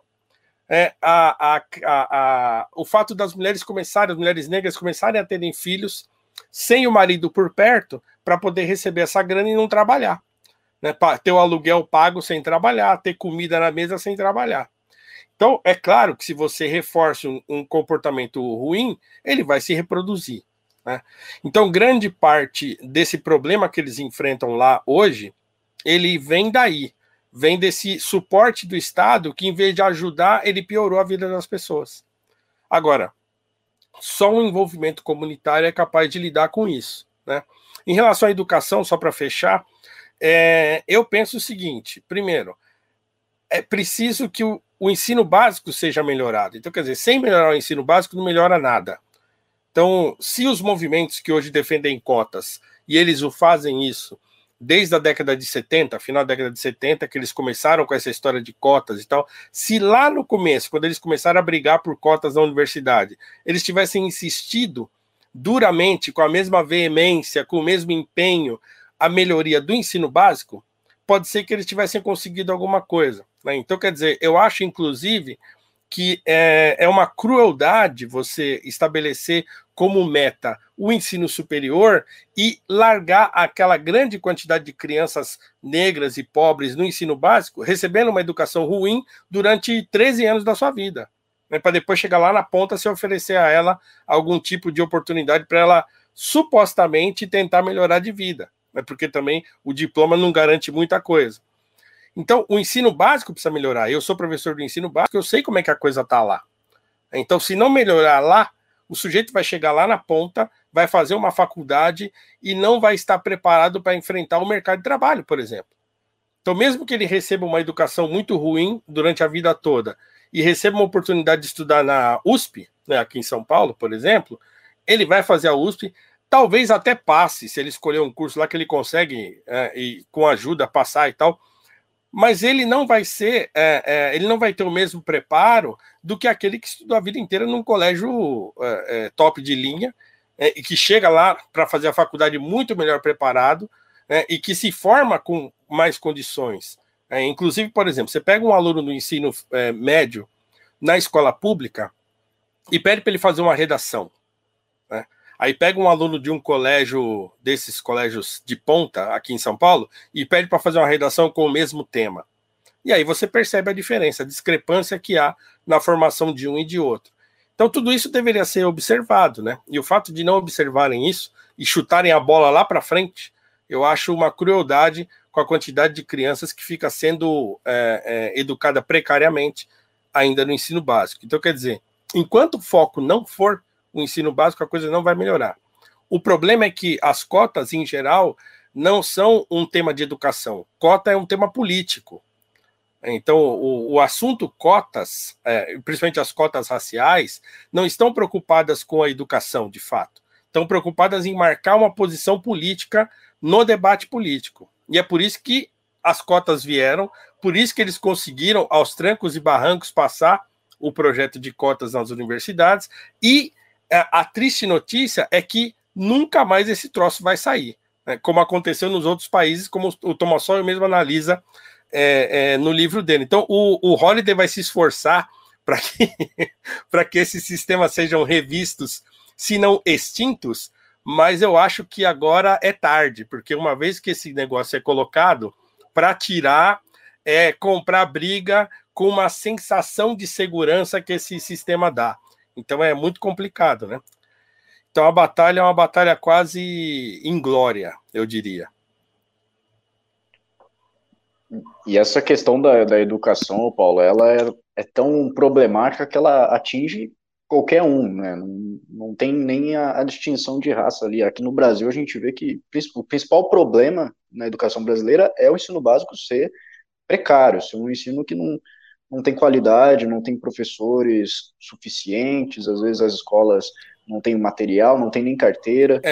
o fato das mulheres as mulheres negras começarem a terem filhos sem o marido por perto para poder receber essa grana e não trabalhar. Né? Ter o aluguel pago sem trabalhar, ter comida na mesa sem trabalhar. Então, é claro que se você reforça um comportamento ruim, ele vai se reproduzir. Né? Então, grande parte desse problema que eles enfrentam lá hoje, ele vem daí. Vem desse suporte do Estado que, em vez de ajudar, ele piorou a vida das pessoas. Agora, só um envolvimento comunitário é capaz de lidar com isso. Né? Em relação à educação, só para fechar, eu penso o seguinte: primeiro, é preciso que o ensino básico seja melhorado. Então, quer dizer, sem melhorar o ensino básico, não melhora nada. Então, se os movimentos que hoje defendem cotas, e eles o fazem isso desde a década de 70, final da década de 70, que eles começaram com essa história de cotas e tal, se lá no começo, quando eles começaram a brigar por cotas na universidade, eles tivessem insistido duramente, com a mesma veemência, com o mesmo empenho, a melhoria do ensino básico, pode ser que eles tivessem conseguido alguma coisa. Né? Então, quer dizer, eu acho, inclusive, que é uma crueldade você estabelecer como meta o ensino superior e largar aquela grande quantidade de crianças negras e pobres no ensino básico, recebendo uma educação ruim durante 13 anos da sua vida, né, para depois chegar lá na ponta se oferecer a ela algum tipo de oportunidade para ela supostamente tentar melhorar de vida, né, porque também o diploma não garante muita coisa. Então, o ensino básico precisa melhorar. Eu sou professor do ensino básico, eu sei como é que a coisa está lá. Então, se não melhorar lá, o sujeito vai chegar lá na ponta, vai fazer uma faculdade e não vai estar preparado para enfrentar o mercado de trabalho, por exemplo. Então, mesmo que ele receba uma educação muito ruim durante a vida toda e receba uma oportunidade de estudar na USP, né, aqui em São Paulo, por exemplo, ele vai fazer a USP, talvez até passe, se ele escolher um curso lá que ele consegue, e com ajuda, passar e tal, mas ele não vai ser, ele não vai ter o mesmo preparo do que aquele que estudou a vida inteira num colégio top de linha, e que chega lá para fazer a faculdade muito melhor preparado, e que se forma com mais condições. Inclusive, por exemplo, você pega um aluno do ensino médio na escola pública e pede para ele fazer uma redação, né? Aí pega um aluno de um colégio, desses colégios de ponta aqui em São Paulo, e pede para fazer uma redação com o mesmo tema. E aí você percebe a diferença, a discrepância que há na formação de um e de outro. Então tudo isso deveria ser observado, né? E o fato de não observarem isso e chutarem a bola lá para frente, eu acho uma crueldade com a quantidade de crianças que fica sendo educada precariamente ainda no ensino básico. Então, quer dizer, enquanto o foco não for o ensino básico, a coisa não vai melhorar. O problema é que as cotas, em geral, não são um tema de educação. Cota é um tema político. Então, o assunto cotas, principalmente as cotas raciais, não estão preocupadas com a educação, de fato. Estão preocupadas em marcar uma posição política no debate político. E é por isso que as cotas vieram, por isso que eles conseguiram, aos trancos e barrancos, passar o projeto de cotas nas universidades, e a triste notícia é que nunca mais esse troço vai sair, né? Como aconteceu nos outros países, como o Thomas Sowell mesmo analisa no livro dele. Então, o Holliday vai se esforçar para que esses sistemas sejam revistos, se não extintos, mas eu acho que agora é tarde, porque uma vez que esse negócio é colocado, para tirar, comprar briga com uma sensação de segurança que esse sistema dá. Então é muito complicado, né? Então a batalha é uma batalha quase inglória, eu diria. E essa questão da educação, Paulo, ela é tão problemática que ela atinge qualquer um, né? Não tem nem a distinção de raça ali. Aqui no Brasil a gente vê que o principal problema na educação brasileira é o ensino básico ser precário, ser um ensino que não tem qualidade, não tem professores suficientes, às vezes as escolas não têm material, não tem nem carteira.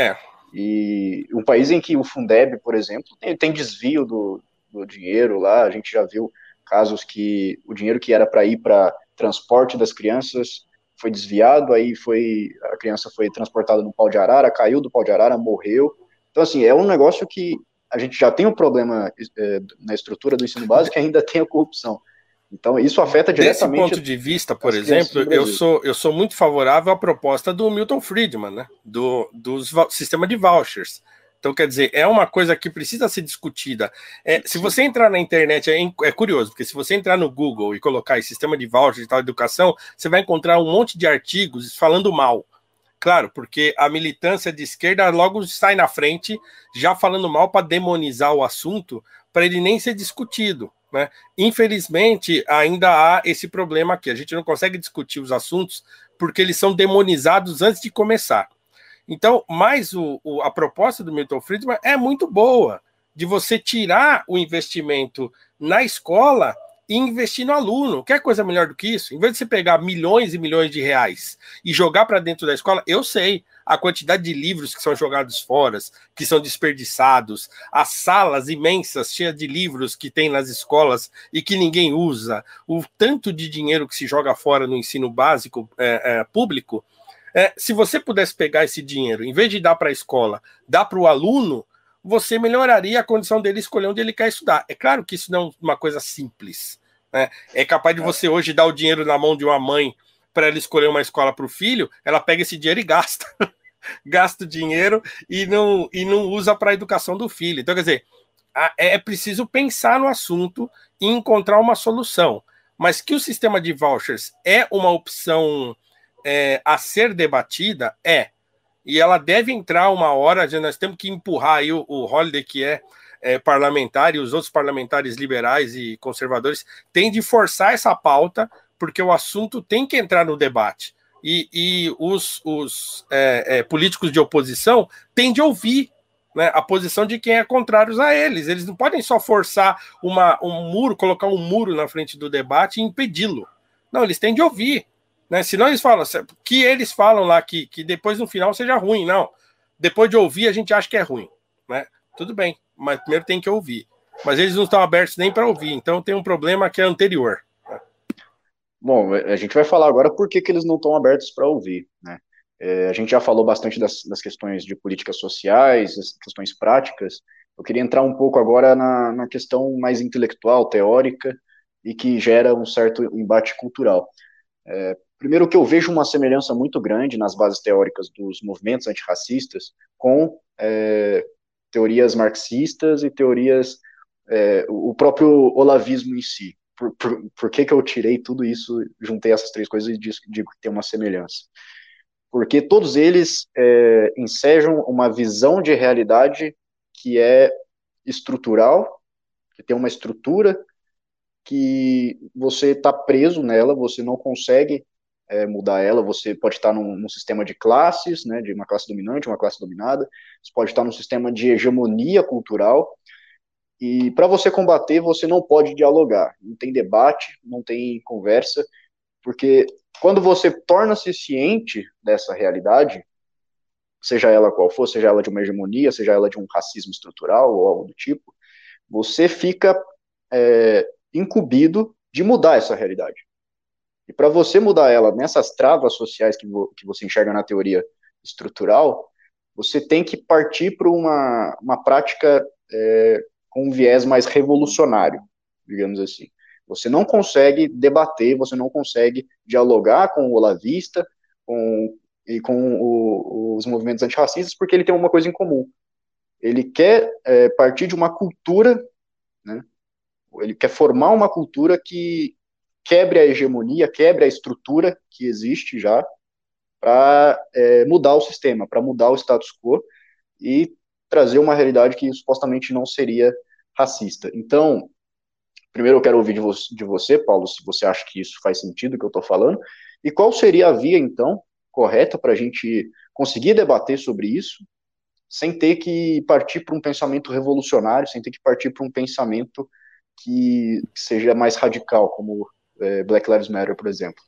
E um país em que o Fundeb, por exemplo, tem desvio do dinheiro lá, a gente já viu casos que o dinheiro que era para ir para transporte das crianças foi desviado, aí a criança foi transportada no pau de arara, caiu do pau de arara, morreu. Então, assim, é um negócio que a gente já tem um problema na estrutura do ensino básico e ainda tem a corrupção. Então, isso afeta diretamente... Desse ponto de vista, por exemplo, eu sou muito favorável à proposta do Milton Friedman, né? Do sistema de vouchers. Então, quer dizer, é uma coisa que precisa ser discutida. Se você entrar na internet, é curioso, porque se você entrar no Google e colocar em sistema de vouchers e tal, educação, você vai encontrar um monte de artigos falando mal. Claro, porque a militância de esquerda logo sai na frente, já falando mal para demonizar o assunto, para ele nem ser discutido, né? Infelizmente, ainda há esse problema aqui. A gente não consegue discutir os assuntos porque eles são demonizados antes de começar. Então, mas a proposta do Milton Friedman é muito boa, de você tirar o investimento na escola e investir no aluno. Quer coisa melhor do que isso? Em vez de você pegar milhões e milhões de reais e jogar para dentro da escola, eu sei a quantidade de livros que são jogados fora, que são desperdiçados, as salas imensas cheias de livros que tem nas escolas e que ninguém usa, o tanto de dinheiro que se joga fora no ensino básico público. Se você pudesse pegar esse dinheiro, em vez de dar para a escola, dar para o aluno, você melhoraria a condição dele escolher onde ele quer estudar. É claro que isso não é uma coisa simples, né? É capaz de você hoje dar o dinheiro na mão de uma mãe para ela escolher uma escola para o filho, ela pega esse dinheiro e gasta. gasta o dinheiro e não usa para a educação do filho. Então, quer dizer, é preciso pensar no assunto e encontrar uma solução. Mas que o sistema de vouchers é uma opção a ser debatida, e ela deve entrar uma hora, nós temos que empurrar aí o Holliday, que é parlamentar, e os outros parlamentares liberais e conservadores têm de forçar essa pauta, porque o assunto tem que entrar no debate. E os políticos de oposição têm de ouvir, né, a posição de quem é contrário a eles. Eles não podem só forçar um muro, colocar um muro na frente do debate e impedi-lo. Não, eles têm de ouvir. Né? Senão eles falam, que eles falam lá que depois no final seja ruim. Não, depois de ouvir a gente acha que é ruim. Né? Tudo bem, mas primeiro tem que ouvir. Mas eles não estão abertos nem para ouvir, então tem um problema que é anterior. Bom, a gente vai falar agora por que eles não estão abertos para ouvir, né? A gente já falou bastante das questões de políticas sociais, das questões práticas. Eu queria entrar um pouco agora na questão mais intelectual, teórica, e que gera um certo embate cultural. Primeiro que eu vejo uma semelhança muito grande nas bases teóricas dos movimentos antirracistas com teorias marxistas e teorias, o próprio olavismo em si. Por que eu tirei tudo isso, juntei essas três coisas e digo que tem uma semelhança? Porque todos eles ensejam uma visão de realidade que é estrutural, que tem uma estrutura que você está preso nela, você não consegue mudar ela, você pode estar num sistema de classes, né, de uma classe dominante, uma classe dominada, você pode estar num sistema de hegemonia cultural, e para você combater, você não pode dialogar, não tem debate, não tem conversa, porque quando você torna-se ciente dessa realidade, seja ela qual for, seja ela de uma hegemonia, seja ela de um racismo estrutural ou algo do tipo, você fica incumbido de mudar essa realidade. E para você mudar ela nessas travas sociais que você enxerga na teoria estrutural, você tem que partir para uma prática com um viés mais revolucionário, digamos assim. Você não consegue debater, você não consegue dialogar com o olavista e com os movimentos antirracistas, porque ele tem uma coisa em comum. Ele quer partir de uma cultura, né? Ele quer formar uma cultura que quebre a hegemonia, quebre a estrutura que existe já, para mudar o sistema, para mudar o status quo e trazer uma realidade que supostamente não seria racista. Então, primeiro eu quero ouvir de você, Paulo, se você acha que isso faz sentido, o que eu estou falando, e qual seria a via, então, correta para a gente conseguir debater sobre isso, sem ter que partir para um pensamento revolucionário, sem ter que partir para um pensamento que seja mais radical, como Black Lives Matter, por exemplo.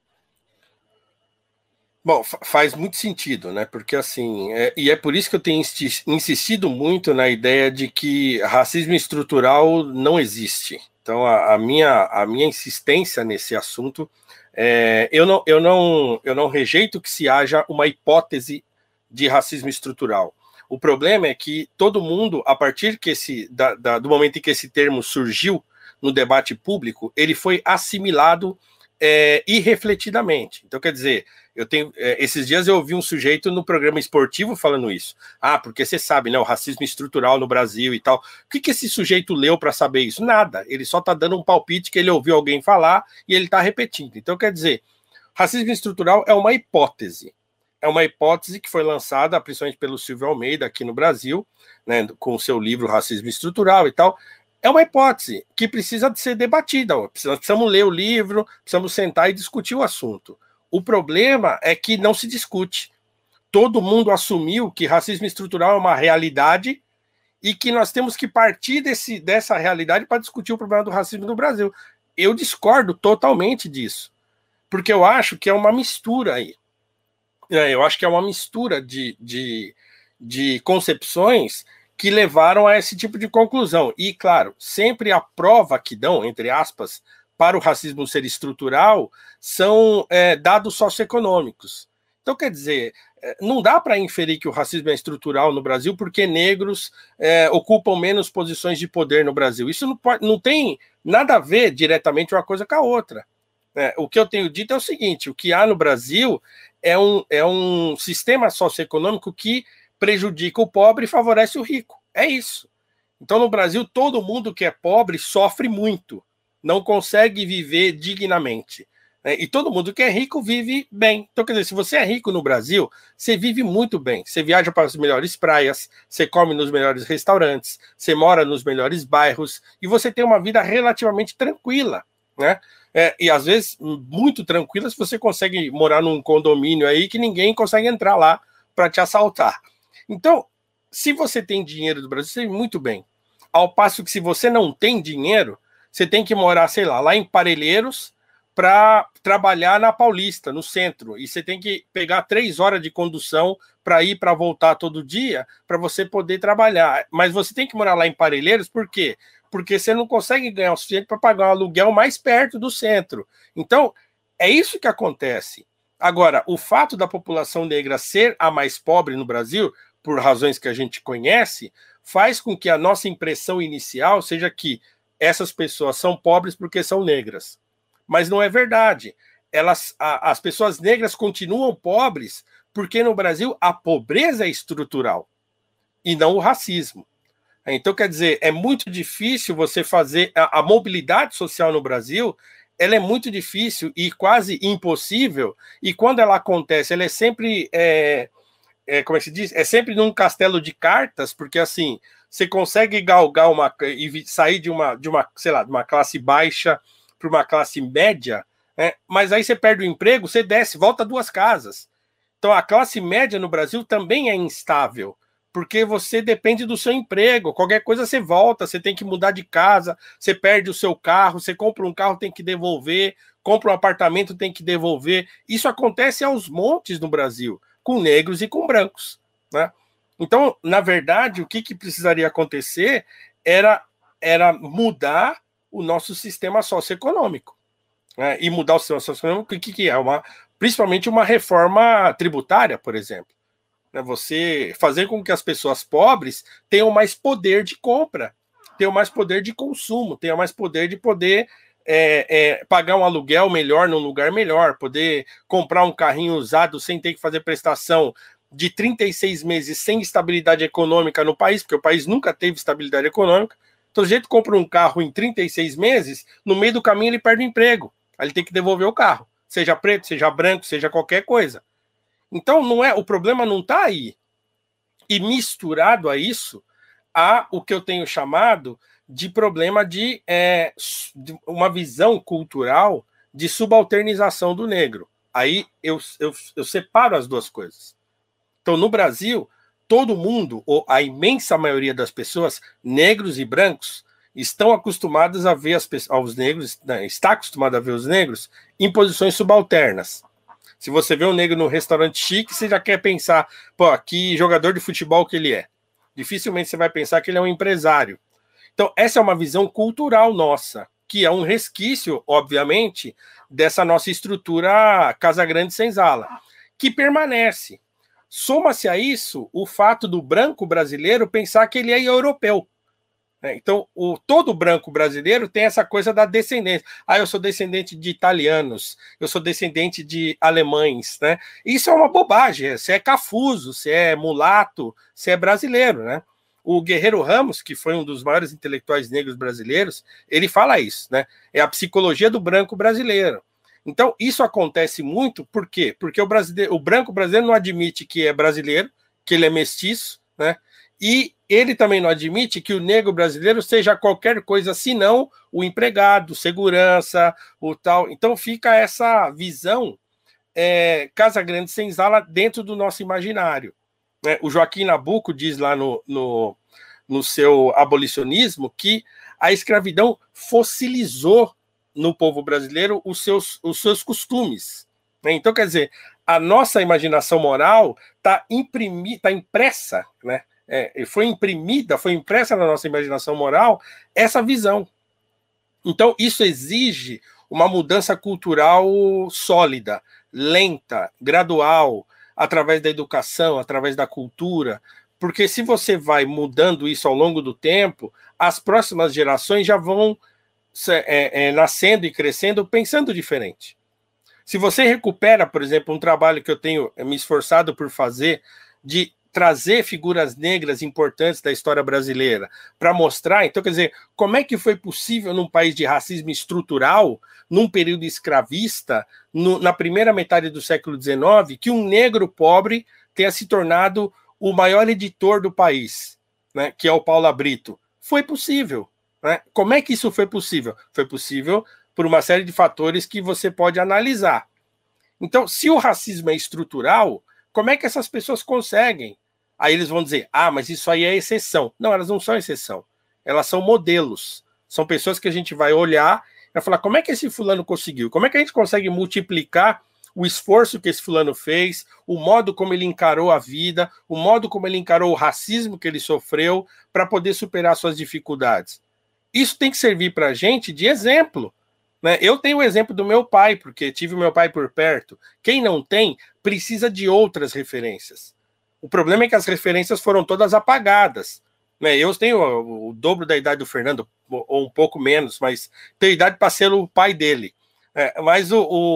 Bom, faz muito sentido, né? Porque assim, e é por isso que eu tenho insistido muito na ideia de que racismo estrutural não existe. Então, a minha insistência nesse assunto eu não rejeito que se haja uma hipótese de racismo estrutural. O problema é que todo mundo, a partir do momento em que esse termo surgiu no debate público, ele foi assimilado irrefletidamente. Então, quer dizer, esses dias eu ouvi um sujeito no programa esportivo falando isso. Porque você sabe, né, o racismo estrutural no Brasil e tal. O que esse sujeito leu para saber isso? Nada. Ele só está dando um palpite que ele ouviu alguém falar e ele está repetindo. Então, quer dizer, racismo estrutural é uma hipótese. É uma hipótese que foi lançada principalmente pelo Silvio Almeida aqui no Brasil, né, com o seu livro Racismo Estrutural e tal. É uma hipótese que precisa de ser debatida. Nós precisamos ler o livro, precisamos sentar e discutir o assunto. O problema é que não se discute. Todo mundo assumiu que racismo estrutural é uma realidade e que nós temos que partir dessa realidade para discutir o problema do racismo no Brasil. Eu discordo totalmente disso, porque eu acho que é uma mistura aí. Eu acho que é uma mistura de concepções que levaram a esse tipo de conclusão. E, claro, sempre a prova que dão, entre aspas, para o racismo ser estrutural são dados socioeconômicos. Então, quer dizer, não dá para inferir que o racismo é estrutural no Brasil porque negros ocupam menos posições de poder no Brasil. Isso não tem nada a ver diretamente uma coisa com a outra. O que eu tenho dito é o seguinte: o que há no Brasil é um sistema socioeconômico que prejudica o pobre e favorece o rico. É isso. Então, no Brasil, todo mundo que é pobre sofre muito, não consegue viver dignamente. E todo mundo que é rico vive bem. Então, quer dizer, se você é rico no Brasil, você vive muito bem. Você viaja para as melhores praias, você come nos melhores restaurantes, você mora nos melhores bairros e você tem uma vida relativamente tranquila, né? E às vezes muito tranquila se você consegue morar num condomínio aí que ninguém consegue entrar lá para te assaltar. Então, se você tem dinheiro do Brasil, você vive muito bem. Ao passo que se você não tem dinheiro, você tem que morar, sei lá em Parelheiros, para trabalhar na Paulista, no centro, e você tem que pegar 3 horas de condução para ir para voltar todo dia, para você poder trabalhar. Mas você tem que morar lá em Parelheiros, por quê? Porque você não consegue ganhar o suficiente para pagar um aluguel mais perto do centro. Então, é isso que acontece. Agora, o fato da população negra ser a mais pobre no Brasil, por razões que a gente conhece, faz com que a nossa impressão inicial seja que essas pessoas são pobres porque são negras. Mas não é verdade. As pessoas negras continuam pobres porque no Brasil a pobreza é estrutural e não o racismo. Então, quer dizer, é muito difícil você fazer... A mobilidade social no Brasil, ela é muito difícil e quase impossível, e quando ela acontece, ela é sempre... como é que se diz? É sempre num castelo de cartas, porque assim, você consegue galgar e sair de uma, sei lá, de uma classe baixa para uma classe média, né? Mas aí você perde o emprego, você desce, volta 2 casas. Então a classe média no Brasil também é instável, porque você depende do seu emprego, qualquer coisa você volta, você tem que mudar de casa, você perde o seu carro, você compra um carro, tem que devolver, compra um apartamento, tem que devolver. Isso acontece aos montes no Brasil, com negros e com brancos, né? Então, na verdade, o que precisaria acontecer era mudar o nosso sistema socioeconômico, né? E mudar o sistema socioeconômico, o que é? Principalmente uma reforma tributária, por exemplo. Você fazer com que as pessoas pobres tenham mais poder de compra, tenham mais poder de consumo, tenham mais poder de poder pagar um aluguel melhor num lugar melhor, poder comprar um carrinho usado sem ter que fazer prestação de 36 meses sem estabilidade econômica no país, porque o país nunca teve estabilidade econômica. Então, o jeito compra um carro em 36 meses, no meio do caminho ele perde o emprego. Aí ele tem que devolver o carro, seja preto, seja branco, seja qualquer coisa. Então, o problema não está aí. E misturado a isso, há o que eu tenho chamado de problema de uma visão cultural de subalternização do negro. Aí eu separo as duas coisas. Então, no Brasil, todo mundo, ou a imensa maioria das pessoas, negros e brancos, estão acostumadas a ver aos negros, está acostumado a ver os negros em posições subalternas. Se você vê um negro num restaurante chique, você já quer pensar, pô, que jogador de futebol que ele é. Dificilmente você vai pensar que ele é um empresário. Então, essa é uma visão cultural nossa, que é um resquício, obviamente, dessa nossa estrutura Casagrande-Senzala, que permanece. Soma-se a isso o fato do branco brasileiro pensar que ele é europeu. Então, todo branco brasileiro tem essa coisa da descendência. Eu sou descendente de italianos, eu sou descendente de alemães, né? Isso é uma bobagem. Você é cafuso, você é mulato, você é brasileiro, né? O Guerreiro Ramos, que foi um dos maiores intelectuais negros brasileiros, ele fala isso, né? É a psicologia do branco brasileiro. Então, isso acontece muito, por quê? Porque o branco brasileiro não admite que é brasileiro, que ele é mestiço, né? E ele também não admite que o negro brasileiro seja qualquer coisa senão o empregado, segurança, o tal. Então fica essa visão Casagrande-Senzala dentro do nosso imaginário. O Joaquim Nabuco diz lá no seu abolicionismo que a escravidão fossilizou no povo brasileiro os seus costumes. Então, quer dizer, a nossa imaginação moral está impressa, né? Foi impressa na nossa imaginação moral essa visão. Então, isso exige uma mudança cultural sólida, lenta, gradual, através da educação, através da cultura, porque se você vai mudando isso ao longo do tempo, as próximas gerações já vão nascendo e crescendo pensando diferente. Se você recupera, por exemplo, um trabalho que eu tenho me esforçado por fazer, de trazer figuras negras importantes da história brasileira para mostrar, então, quer dizer, como é que foi possível num país de racismo estrutural, num período escravista, na primeira metade do século XIX, que um negro pobre tenha se tornado o maior editor do país, né, que é o Paulo Brito. Foi possível. Né? Como é que isso foi possível? Foi possível por uma série de fatores que você pode analisar. Então, se o racismo é estrutural, como é que essas pessoas conseguem? Aí eles vão dizer, mas isso aí é exceção. Não, elas não são exceção. Elas são modelos. São pessoas que a gente vai olhar e vai falar, como é que esse fulano conseguiu? Como é que a gente consegue multiplicar o esforço que esse fulano fez, o modo como ele encarou a vida, o modo como ele encarou o racismo que ele sofreu para poder superar suas dificuldades? Isso tem que servir para a gente de exemplo. Né? Eu tenho o exemplo do meu pai, porque tive o meu pai por perto. Quem não tem, precisa de outras referências. O problema é que as referências foram todas apagadas. Né? Eu tenho o dobro da idade do Fernando, ou um pouco menos, mas tenho idade para ser o pai dele. Mas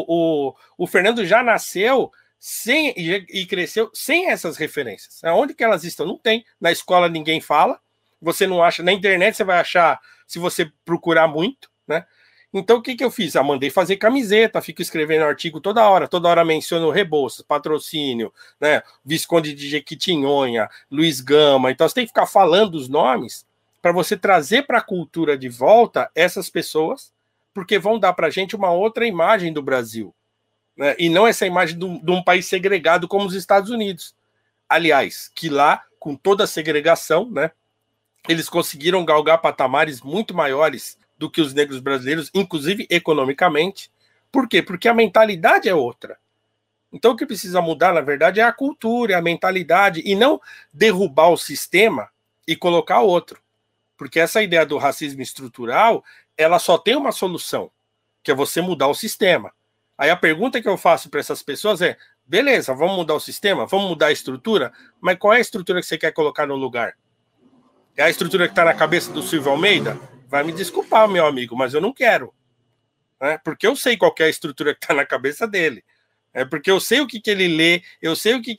o Fernando já nasceu sem, e cresceu sem essas referências. Onde que elas estão? Não tem. Na escola ninguém fala. Você não acha. Na internet você vai achar se você procurar muito, né? Então, o que eu fiz? Mandei fazer camiseta, fico escrevendo artigo toda hora menciono Rebouças, Patrocínio, né? Visconde de Jequitinhonha, Luiz Gama. Então, você tem que ficar falando os nomes para você trazer para a cultura de volta essas pessoas, porque vão dar para a gente uma outra imagem do Brasil, né? E não essa imagem de um país segregado como os Estados Unidos. Aliás, que lá, com toda a segregação, né? Eles conseguiram galgar patamares muito maiores do que os negros brasileiros, inclusive economicamente. Por quê? Porque a mentalidade é outra. Então, o que precisa mudar, na verdade, é a cultura, é a mentalidade, e não derrubar o sistema e colocar outro. Porque essa ideia do racismo estrutural, ela só tem uma solução, que é você mudar o sistema. Aí a pergunta que eu faço para essas pessoas é, beleza, vamos mudar o sistema? Vamos mudar a estrutura? Mas qual é a estrutura que você quer colocar no lugar? É a estrutura que está na cabeça do Silvio Almeida? Vai me desculpar, meu amigo, mas eu não quero. Né? Porque eu sei qual é a estrutura que está na cabeça dele. Porque eu sei o que ele lê, eu sei o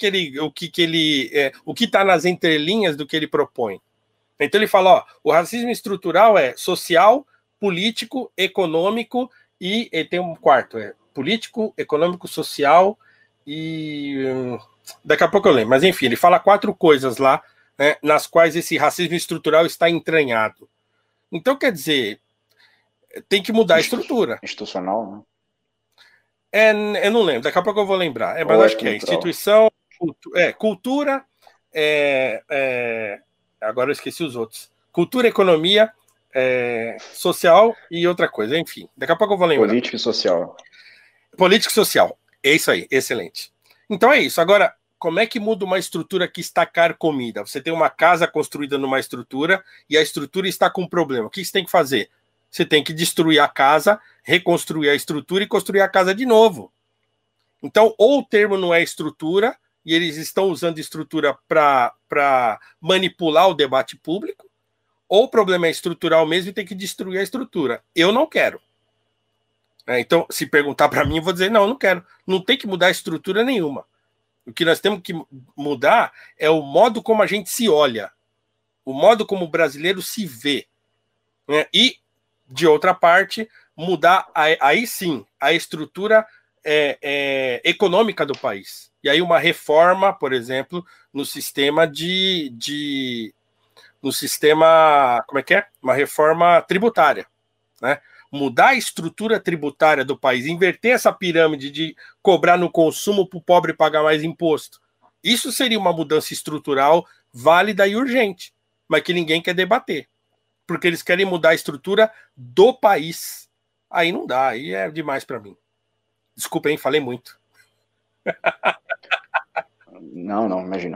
que está nas entrelinhas do que ele propõe. Então ele fala, o racismo estrutural é social, político, econômico e tem um quarto, político, econômico, social e daqui a pouco eu lembro. Mas enfim, ele fala 4 coisas lá, né, nas quais esse racismo estrutural está entranhado. Então, quer dizer, tem que mudar a estrutura. Institucional, né? Eu não lembro, daqui a pouco eu vou lembrar. Mas acho que é instituição, cultura, agora eu esqueci os outros. Cultura, economia, social e outra coisa, enfim. Daqui a pouco eu vou lembrar. Política e social. Política e social, é isso aí, excelente. Então é isso, agora, como é que muda uma estrutura que está carcomida? Você tem uma casa construída numa estrutura e a estrutura está com problema. O que você tem que fazer? Você tem que destruir a casa, reconstruir a estrutura e construir a casa de novo. Então, ou o termo não é estrutura, e eles estão usando estrutura para manipular o debate público, ou o problema é estrutural mesmo e tem que destruir a estrutura. Eu não quero. Então, se perguntar para mim, eu vou dizer, não, eu não quero. Não tem que mudar estrutura nenhuma. O que nós temos que mudar é o modo como a gente se olha, o modo como o brasileiro se vê. Né? E, de outra parte, mudar, aí sim, a estrutura econômica do país. E aí uma reforma, por exemplo, no sistema no sistema, como é que é? Uma reforma tributária, né? Mudar a estrutura tributária do país, inverter essa pirâmide de cobrar no consumo para o pobre pagar mais imposto. Isso seria uma mudança estrutural válida e urgente, mas que ninguém quer debater, porque eles querem mudar a estrutura do país. Aí não dá, aí é demais para mim. Desculpa, hein, falei muito. Não, imagina.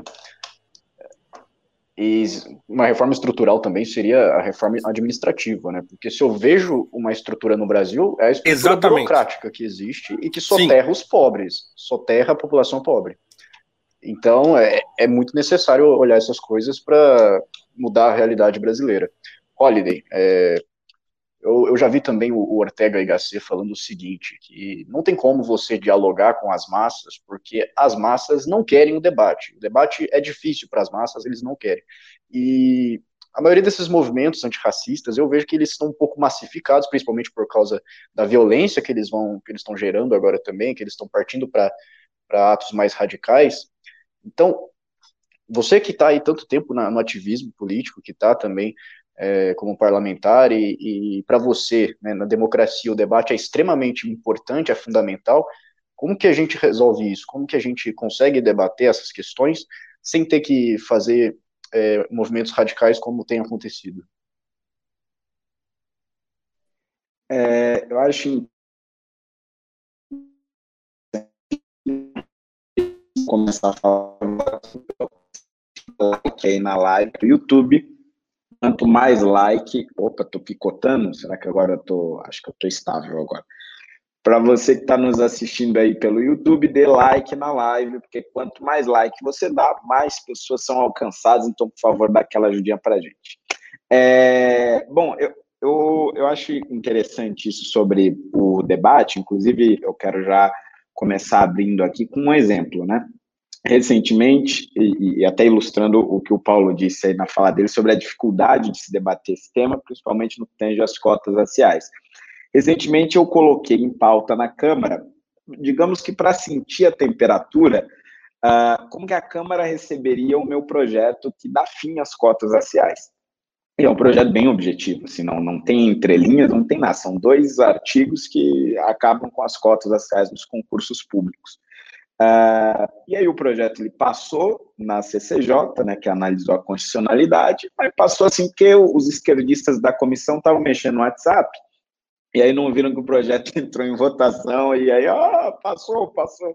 E uma reforma estrutural também seria a reforma administrativa, né? Porque se eu vejo uma estrutura no Brasil, é a estrutura burocrática que existe e que soterra os pobres, soterra a população pobre. Então, é muito necessário olhar essas coisas para mudar a realidade brasileira. Holiday, eu já vi também o Ortega y falando o seguinte, que não tem como você dialogar com as massas, porque as massas não querem o debate. O debate é difícil para as massas, eles não querem. E a maioria desses movimentos antirracistas, eu vejo que eles estão um pouco massificados, principalmente por causa da violência que eles estão gerando agora também, que eles estão partindo para atos mais radicais. Então, você que está aí tanto tempo no ativismo político, que está também como parlamentar, e para você, né, na democracia, o debate é extremamente importante, é fundamental. Como que a gente resolve isso? Como que a gente consegue debater essas questões sem ter que fazer movimentos radicais como tem acontecido? Eu acho começar a falar like aí na live do YouTube. Quanto mais like... Opa, tô picotando? Será que agora eu tô... Acho que eu tô estável agora. Para você que está nos assistindo aí pelo YouTube, dê like na live, porque quanto mais like você dá, mais pessoas são alcançadas. Então, por favor, dá aquela ajudinha para a gente. Bom, eu acho interessante isso sobre o debate. Inclusive, eu quero já começar abrindo aqui com um exemplo, né? Recentemente, e até ilustrando o que o Paulo disse aí na fala dele sobre a dificuldade de se debater esse tema, principalmente no que tange às cotas raciais. Recentemente, eu coloquei em pauta na Câmara, digamos que para sentir a temperatura, como que a Câmara receberia o meu projeto que dá fim às cotas raciais. E é um projeto bem objetivo, assim, não tem entrelinhas, não tem nada, são 2 artigos que acabam com as cotas raciais nos concursos públicos. E aí o projeto ele passou na CCJ, né, que analisou a constitucionalidade, mas passou assim porque os esquerdistas da comissão estavam mexendo no WhatsApp, e aí não viram que o projeto entrou em votação, e aí, passou.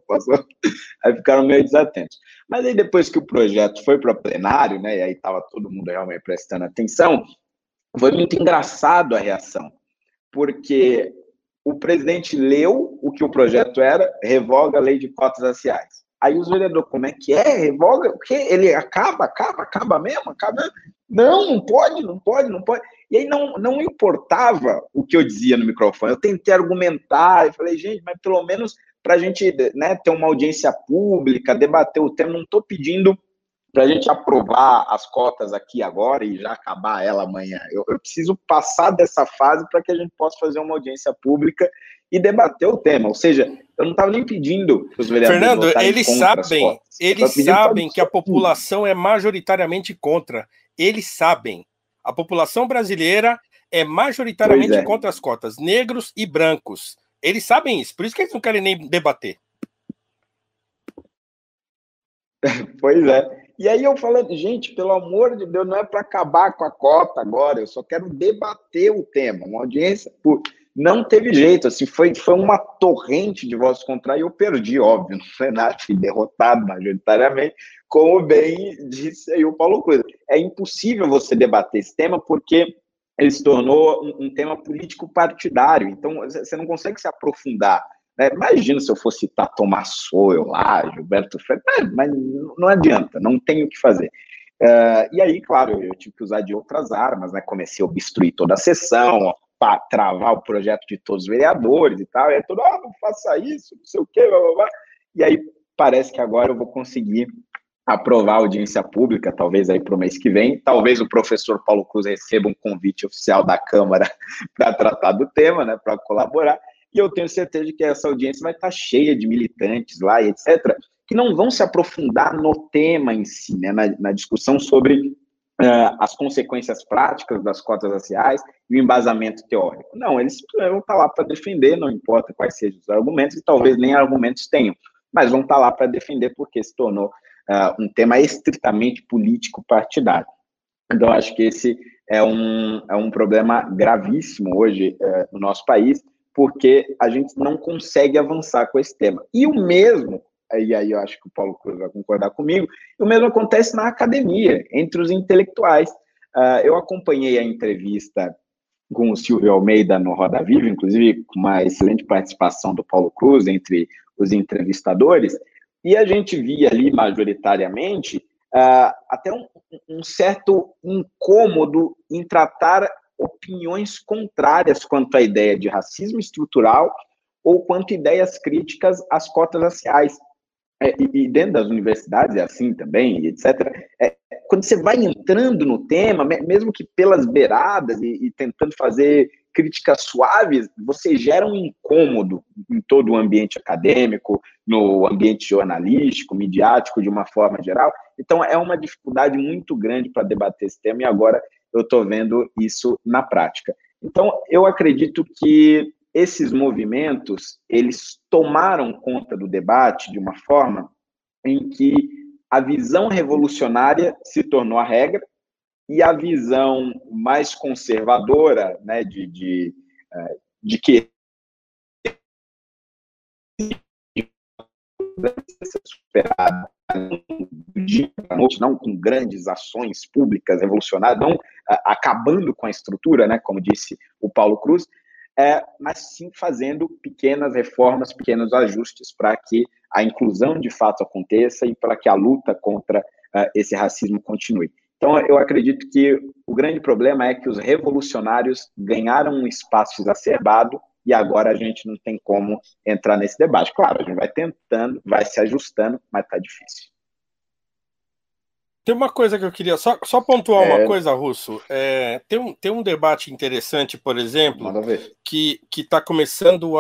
Aí ficaram meio desatentos. Mas aí depois que o projeto foi para plenário, né, e aí estava todo mundo realmente prestando atenção, foi muito engraçado a reação, porque o presidente leu o que o projeto era, revoga a lei de cotas raciais. Aí os vereadores, como é que é? Revoga? O quê? Ele acaba mesmo? Não pode. E aí não importava o que eu dizia no microfone. Eu tentei argumentar, eu falei, gente, mas pelo menos para a gente, né, ter uma audiência pública, debater o tema, não estou pedindo para a gente aprovar as cotas aqui agora e já acabar ela amanhã. Eu preciso passar dessa fase para que a gente possa fazer uma audiência pública e debater o tema. Ou seja, eu não estava nem pedindo que os vereadores Fernando, votarem eles contra as cotas. Eles sabem que a população é majoritariamente contra. Eles sabem. A população brasileira é majoritariamente contra as cotas, negros e brancos. Eles sabem isso, por isso que eles não querem nem debater. Pois é. E aí eu falei, gente, pelo amor de Deus, não é para acabar com a cota agora, eu só quero debater o tema, uma audiência pública. Não teve jeito, assim, foi uma torrente de votos contrários e eu perdi, óbvio, no plenário, fui derrotado majoritariamente, como bem disse aí o Paulo Cruz. É impossível você debater esse tema porque ele se tornou um tema político partidário, então você não consegue se aprofundar. Imagina se eu fosse citar Tomás Sowell lá, Gilberto Freire, mas não adianta, não tenho o que fazer. E aí, claro, eu tive que usar de outras armas, né? Comecei a obstruir toda a sessão, para travar o projeto de todos os vereadores e tal, e aí todo, não faça isso, não sei o quê, blá, blá, blá. E aí parece que agora eu vou conseguir aprovar a audiência pública, talvez aí para o mês que vem, talvez o professor Paulo Cruz receba um convite oficial da Câmara para tratar do tema, né, para colaborar, e eu tenho certeza de que essa audiência vai estar cheia de militantes lá, etc., que não vão se aprofundar no tema em si, né, na discussão sobre as consequências práticas das cotas raciais e o embasamento teórico. Não, eles vão estar lá para defender, não importa quais sejam os argumentos, e talvez nem argumentos tenham, mas vão estar lá para defender porque se tornou um tema estritamente político-partidário. Então, acho que esse é um problema gravíssimo hoje no nosso país, porque a gente não consegue avançar com esse tema. E o mesmo, e aí eu acho que o Paulo Cruz vai concordar comigo, o mesmo acontece na academia, entre os intelectuais. Eu acompanhei a entrevista com o Silvio Almeida no Roda Viva, inclusive com uma excelente participação do Paulo Cruz entre os entrevistadores, e a gente via ali, majoritariamente, até um certo incômodo em tratar opiniões contrárias quanto à ideia de racismo estrutural ou quanto a ideias críticas às cotas raciais. E dentro das universidades é assim também, etc. Quando você vai entrando no tema, mesmo que pelas beiradas e tentando fazer críticas suaves, você gera um incômodo em todo o ambiente acadêmico, no ambiente jornalístico, midiático, de uma forma geral. Então, é uma dificuldade muito grande para debater esse tema, e agora eu estou vendo isso na prática. Então, eu acredito que esses movimentos, eles tomaram conta do debate de uma forma em que a visão revolucionária se tornou a regra e a visão mais conservadora, né, de que ser superada não com grandes ações públicas revolucionárias, não acabando com a estrutura, né, como disse o Paulo Cruz, mas sim fazendo pequenas reformas, pequenos ajustes para que a inclusão de fato aconteça e para que a luta contra esse racismo continue. Então, eu acredito que o grande problema é que os revolucionários ganharam um espaço exacerbado e agora a gente não tem como entrar nesse debate. Claro, a gente vai tentando, vai se ajustando, mas está difícil. Tem uma coisa que eu queria só pontuar uma coisa, Russo. Tem um debate interessante, por exemplo, que está começando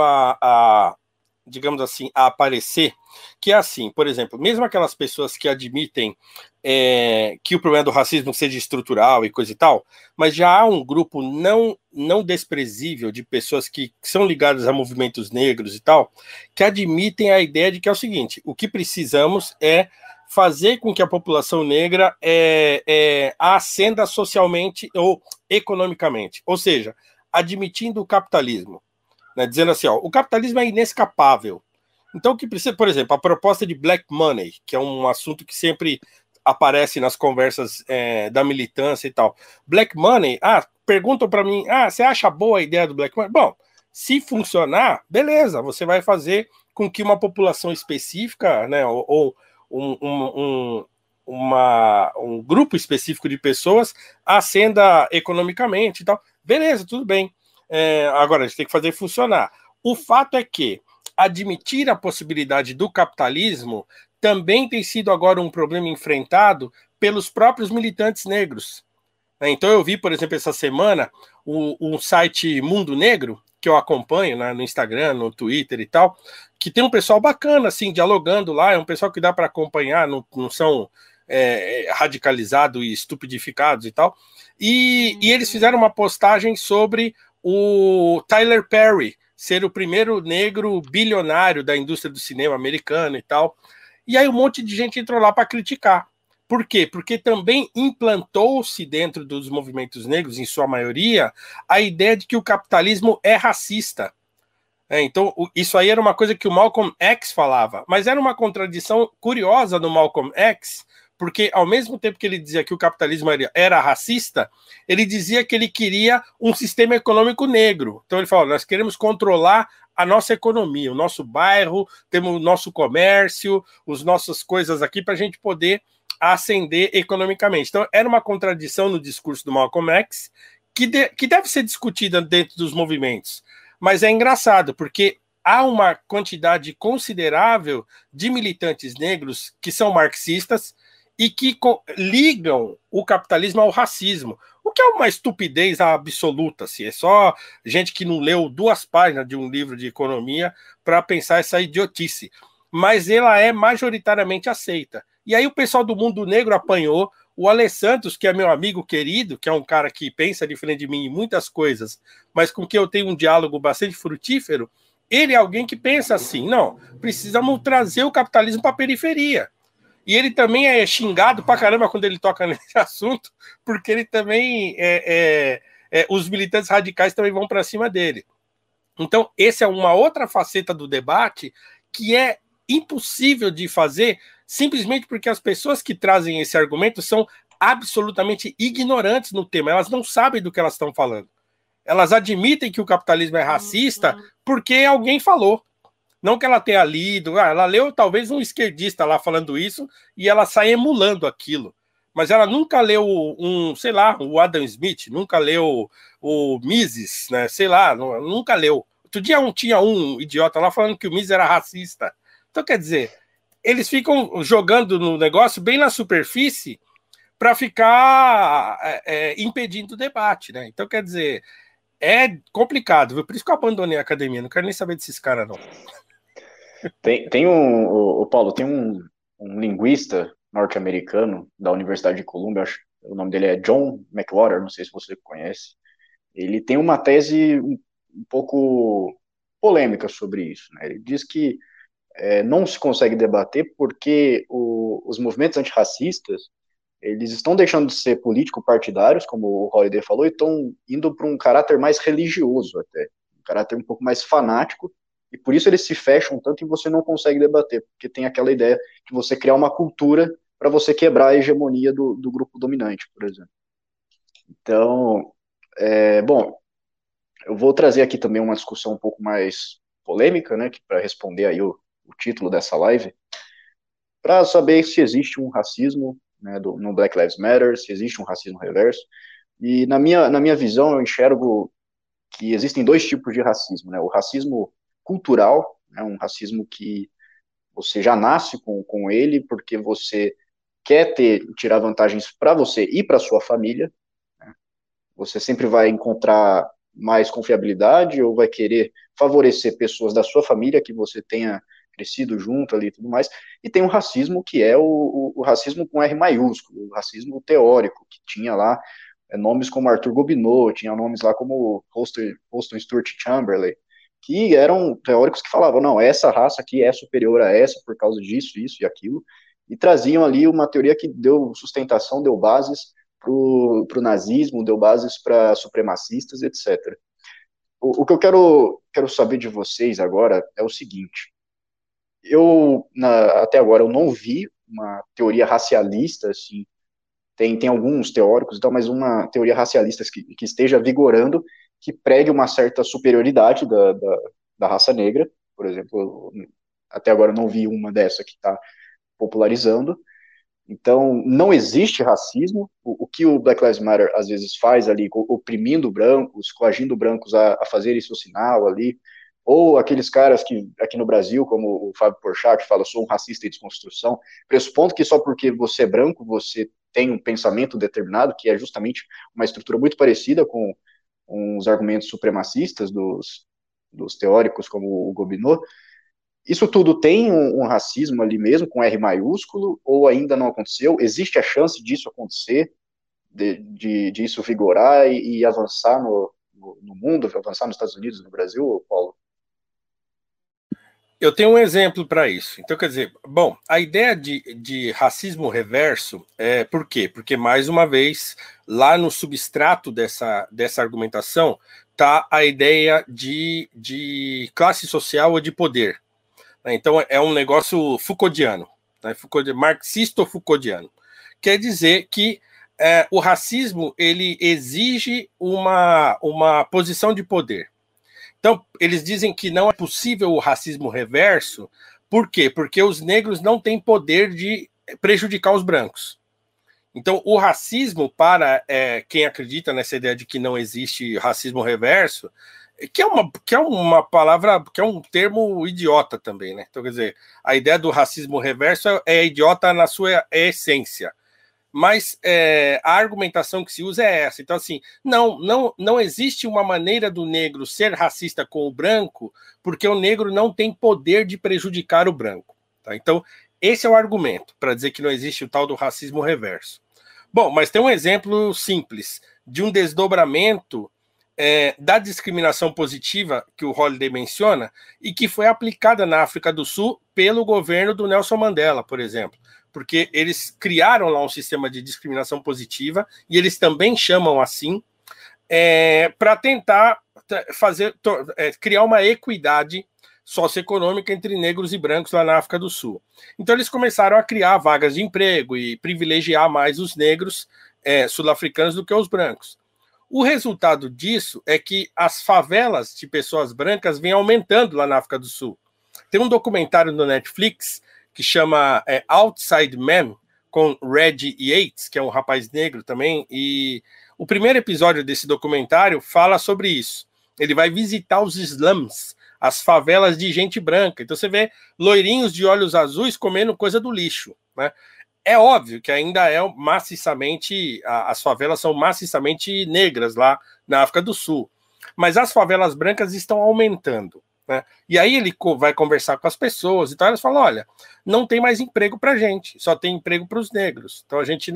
digamos assim, a aparecer, que é assim, por exemplo, mesmo aquelas pessoas que admitem que o problema do racismo seja estrutural e coisa e tal, mas já há um grupo não desprezível de pessoas que são ligadas a movimentos negros e tal, que admitem a ideia de que é o seguinte: o que precisamos é fazer com que a população negra ascenda socialmente ou economicamente, ou seja, admitindo o capitalismo, né, dizendo assim, o capitalismo é inescapável. Então, o que precisa, por exemplo, a proposta de black money, que é um assunto que sempre aparece nas conversas da militância e tal. Black money, perguntam para mim, você acha boa a ideia do black money? Bom, se funcionar, beleza, você vai fazer com que uma população específica, né, ou um grupo específico de pessoas ascenda economicamente e tal. Beleza, tudo bem. Agora, a gente tem que fazer funcionar. O fato é que admitir a possibilidade do capitalismo também tem sido agora um problema enfrentado pelos próprios militantes negros. Então eu vi, por exemplo, essa semana, o site Mundo Negro, que eu acompanho, né, no Instagram, no Twitter e tal, que tem um pessoal bacana, assim, dialogando lá, é um pessoal que dá para acompanhar, não são radicalizados e estupidificados e tal, e eles fizeram uma postagem sobre o Tyler Perry ser o primeiro negro bilionário da indústria do cinema americano e tal, e aí um monte de gente entrou lá para criticar. Por quê? Porque também implantou-se dentro dos movimentos negros, em sua maioria, a ideia de que o capitalismo é racista. Então, isso aí era uma coisa que o Malcolm X falava, mas era uma contradição curiosa no Malcolm X, porque ao mesmo tempo que ele dizia que o capitalismo era racista, ele dizia que ele queria um sistema econômico negro. Então ele falou, nós queremos controlar a nossa economia, o nosso bairro, temos o nosso comércio, as nossas coisas aqui para a gente poder ascender economicamente. Então, era uma contradição no discurso do Malcolm X que deve ser discutida dentro dos movimentos. Mas é engraçado, porque há uma quantidade considerável de militantes negros que são marxistas e que ligam o capitalismo ao racismo, o que é uma estupidez absoluta. Assim, é só gente que não leu 2 páginas de um livro de economia para pensar essa idiotice. Mas ela é majoritariamente aceita. E aí o pessoal do Mundo Negro apanhou, o Alessandro, que é meu amigo querido, que é um cara que pensa diferente de mim em muitas coisas, mas com quem eu tenho um diálogo bastante frutífero, ele é alguém que pensa assim, não, precisamos trazer o capitalismo para a periferia. E ele também é xingado pra caramba quando ele toca nesse assunto, porque ele também os militantes radicais também vão para cima dele. Então, essa é uma outra faceta do debate que é impossível de fazer simplesmente porque as pessoas que trazem esse argumento são absolutamente ignorantes no tema, elas não sabem do que elas estão falando. Elas admitem que o capitalismo é racista porque alguém falou. Não que ela tenha lido, ela leu talvez um esquerdista lá falando isso e ela sai emulando aquilo. mas ela nunca leu sei lá, o Adam Smith, nunca leu o Mises, né? Sei lá, nunca leu. Outro dia tinha um idiota lá falando que o Mises era racista. Então, quer dizer, eles ficam jogando no negócio bem na superfície para ficar impedindo o debate, né? Então, quer dizer, é complicado, viu? Por isso que eu abandonei a academia, não quero nem saber desses caras, não. Tem Paulo, tem um linguista norte-americano da Universidade de Columbia, acho, o nome dele é John McWhorter, não sei se você conhece. Ele tem uma tese um pouco polêmica sobre isso, né? Ele diz que não se consegue debater porque os movimentos antirracistas eles estão deixando de ser político-partidários, como o Holliday falou, e estão indo para um caráter mais religioso até, um caráter um pouco mais fanático, e por isso eles se fecham tanto e você não consegue debater, porque tem aquela ideia de você criar uma cultura para você quebrar a hegemonia do grupo dominante, por exemplo. Então, bom, eu vou trazer aqui também uma discussão um pouco mais polêmica, né, para responder aí o título dessa live, para saber se existe um racismo, né, no Black Lives Matter, se existe um racismo reverso. E na minha visão, eu enxergo que existem dois tipos de racismo, né? O racismo cultural, né, um racismo que você já nasce com ele porque você quer tirar vantagens para você e para sua família, né? Você sempre vai encontrar mais confiabilidade ou vai querer favorecer pessoas da sua família que você tenha crescido junto ali e tudo mais, e tem o racismo que é o racismo com R maiúsculo, o racismo teórico, que tinha lá nomes como Arthur Gobineau, tinha nomes lá como Holston Stuart Chamberlain, que eram teóricos que falavam, não, essa raça aqui é superior a essa por causa disso, isso e aquilo, e traziam ali uma teoria que deu sustentação, deu bases para o nazismo, deu bases para supremacistas, etc. O que eu quero saber de vocês agora é o seguinte: até agora eu não vi uma teoria racialista, assim, tem alguns teóricos e tal, mas uma teoria racialista que esteja vigorando, que pregue uma certa superioridade da raça negra, por exemplo, até agora eu não vi uma dessa que está popularizando. Então, não existe racismo. O que o Black Lives Matter às vezes faz ali, oprimindo brancos, coagindo brancos a fazerem seu sinal ali, ou aqueles caras que, aqui no Brasil, como o Fábio Porchat, que fala, sou um racista em desconstrução, pressupondo que só porque você é branco, você tem um pensamento determinado, que é justamente uma estrutura muito parecida com os argumentos supremacistas dos teóricos como o Gobineau. Isso tudo tem um racismo ali mesmo, com R maiúsculo, ou ainda não aconteceu? Existe a chance disso acontecer, de isso vigorar e avançar no mundo, avançar nos Estados Unidos, no Brasil, Paulo? Eu tenho um exemplo para isso. Então, quer dizer, bom, a ideia de racismo reverso por quê? Porque, mais uma vez, lá no substrato dessa argumentação está a ideia de classe social ou de poder. Então, é um negócio Foucauldiano, né? Marxista ou Foucauldiano. Quer dizer que o racismo ele exige uma posição de poder. Então, eles dizem que não é possível o racismo reverso. Por quê? Porque os negros não têm poder de prejudicar os brancos. Então, o racismo, para quem acredita nessa ideia de que não existe racismo reverso, que é uma palavra, que é um termo idiota também, né? Então, quer dizer, a ideia do racismo reverso é idiota na sua essência. Mas a argumentação que se usa é essa. Então, assim, não existe uma maneira do negro ser racista com o branco, porque o negro não tem poder de prejudicar o branco. Tá? Então, esse é o argumento para dizer que não existe o tal do racismo reverso. Bom, mas tem um exemplo simples de um desdobramento da discriminação positiva que o Holliday menciona e que foi aplicada na África do Sul pelo governo do Nelson Mandela, por exemplo. Porque eles criaram lá um sistema de discriminação positiva, e eles também chamam assim, para tentar criar uma equidade socioeconômica entre negros e brancos lá na África do Sul. Então eles começaram a criar vagas de emprego e privilegiar mais os negros sul-africanos do que os brancos. O resultado disso é que as favelas de pessoas brancas vêm aumentando lá na África do Sul. Tem um documentário no Netflix que chama Outside Man, com Reggie Yates, que é um rapaz negro também, e o primeiro episódio desse documentário fala sobre isso. Ele vai visitar os slums, as favelas de gente branca. Então você vê loirinhos de olhos azuis comendo coisa do lixo, né? É óbvio que ainda é maciçamente, as favelas são maciçamente negras lá na África do Sul, mas as favelas brancas estão aumentando, né? E aí ele vai conversar com as pessoas e tal, elas falam, olha, não tem mais emprego para gente, só tem emprego para os negros, então a gente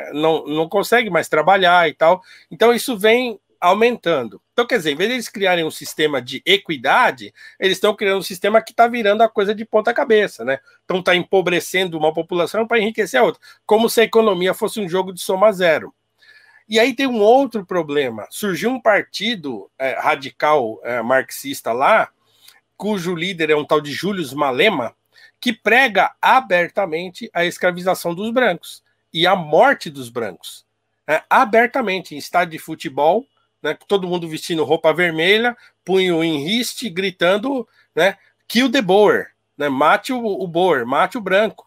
não consegue mais trabalhar e tal, então isso vem aumentando. Então, quer dizer, em vez de eles criarem um sistema de equidade, eles estão criando um sistema que está virando a coisa de ponta cabeça, né? Então está empobrecendo uma população para enriquecer a outra, como se a economia fosse um jogo de soma zero. E aí tem um outro problema. Surgiu um partido radical marxista lá, cujo líder é um tal de Julius Malema, que prega abertamente a escravização dos brancos e a morte dos brancos. Abertamente, em estádio de futebol, né, todo mundo vestindo roupa vermelha, punho em riste, gritando, né, kill the Boer, né, mate o Boer, mate o branco.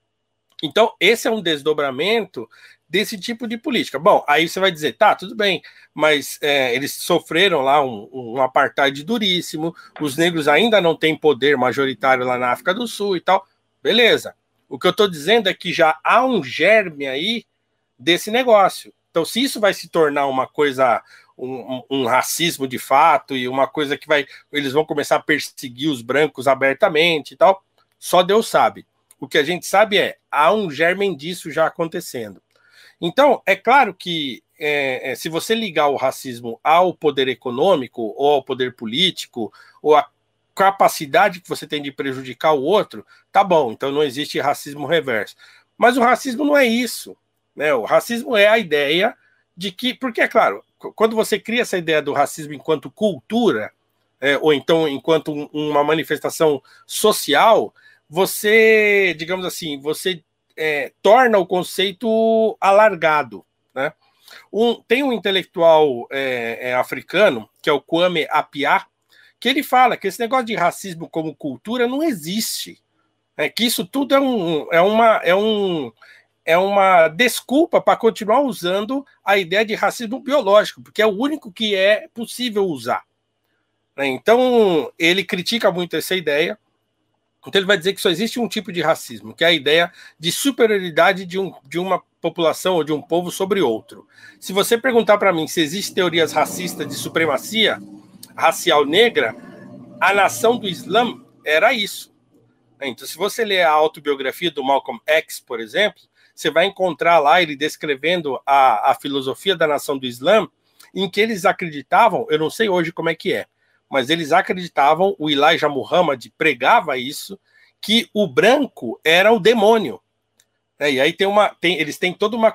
Então, esse é um desdobramento desse tipo de política. Bom, aí você vai dizer, tá, tudo bem, mas eles sofreram lá um apartheid duríssimo, os negros ainda não têm poder majoritário lá na África do Sul e tal, beleza. O que eu estou dizendo é que já há um germe aí desse negócio. Então, se isso vai se tornar uma coisa, um racismo de fato, e uma coisa que eles vão começar a perseguir os brancos abertamente e tal, só Deus sabe. O que a gente sabe há um germe disso já acontecendo. Então, é claro que se você ligar o racismo ao poder econômico, ou ao poder político, ou à capacidade que você tem de prejudicar o outro, tá bom, então não existe racismo reverso. Mas o racismo não é isso, né? O racismo é a ideia de que, porque é claro, quando você cria essa ideia do racismo enquanto cultura, ou então enquanto uma manifestação social, você, digamos assim, você torna o conceito alargado, né? Tem um intelectual africano, que é o Kwame Appiah, que ele fala que esse negócio de racismo como cultura não existe, que isso tudo é uma desculpa para continuar usando a ideia de racismo biológico, porque é o único que é possível usar. Então, ele critica muito essa ideia. Então ele vai dizer que só existe um tipo de racismo, que é a ideia de superioridade de uma população ou de um povo sobre outro. Se você perguntar para mim se existem teorias racistas de supremacia racial negra, a nação do Islã era isso. Então, se você ler a autobiografia do Malcolm X, por exemplo, você vai encontrar lá ele descrevendo a filosofia da nação do Islã, em que eles acreditavam, eu não sei hoje como é que é, mas eles acreditavam, o Elijah Muhammad pregava isso, que o branco era o demônio. E aí eles têm toda uma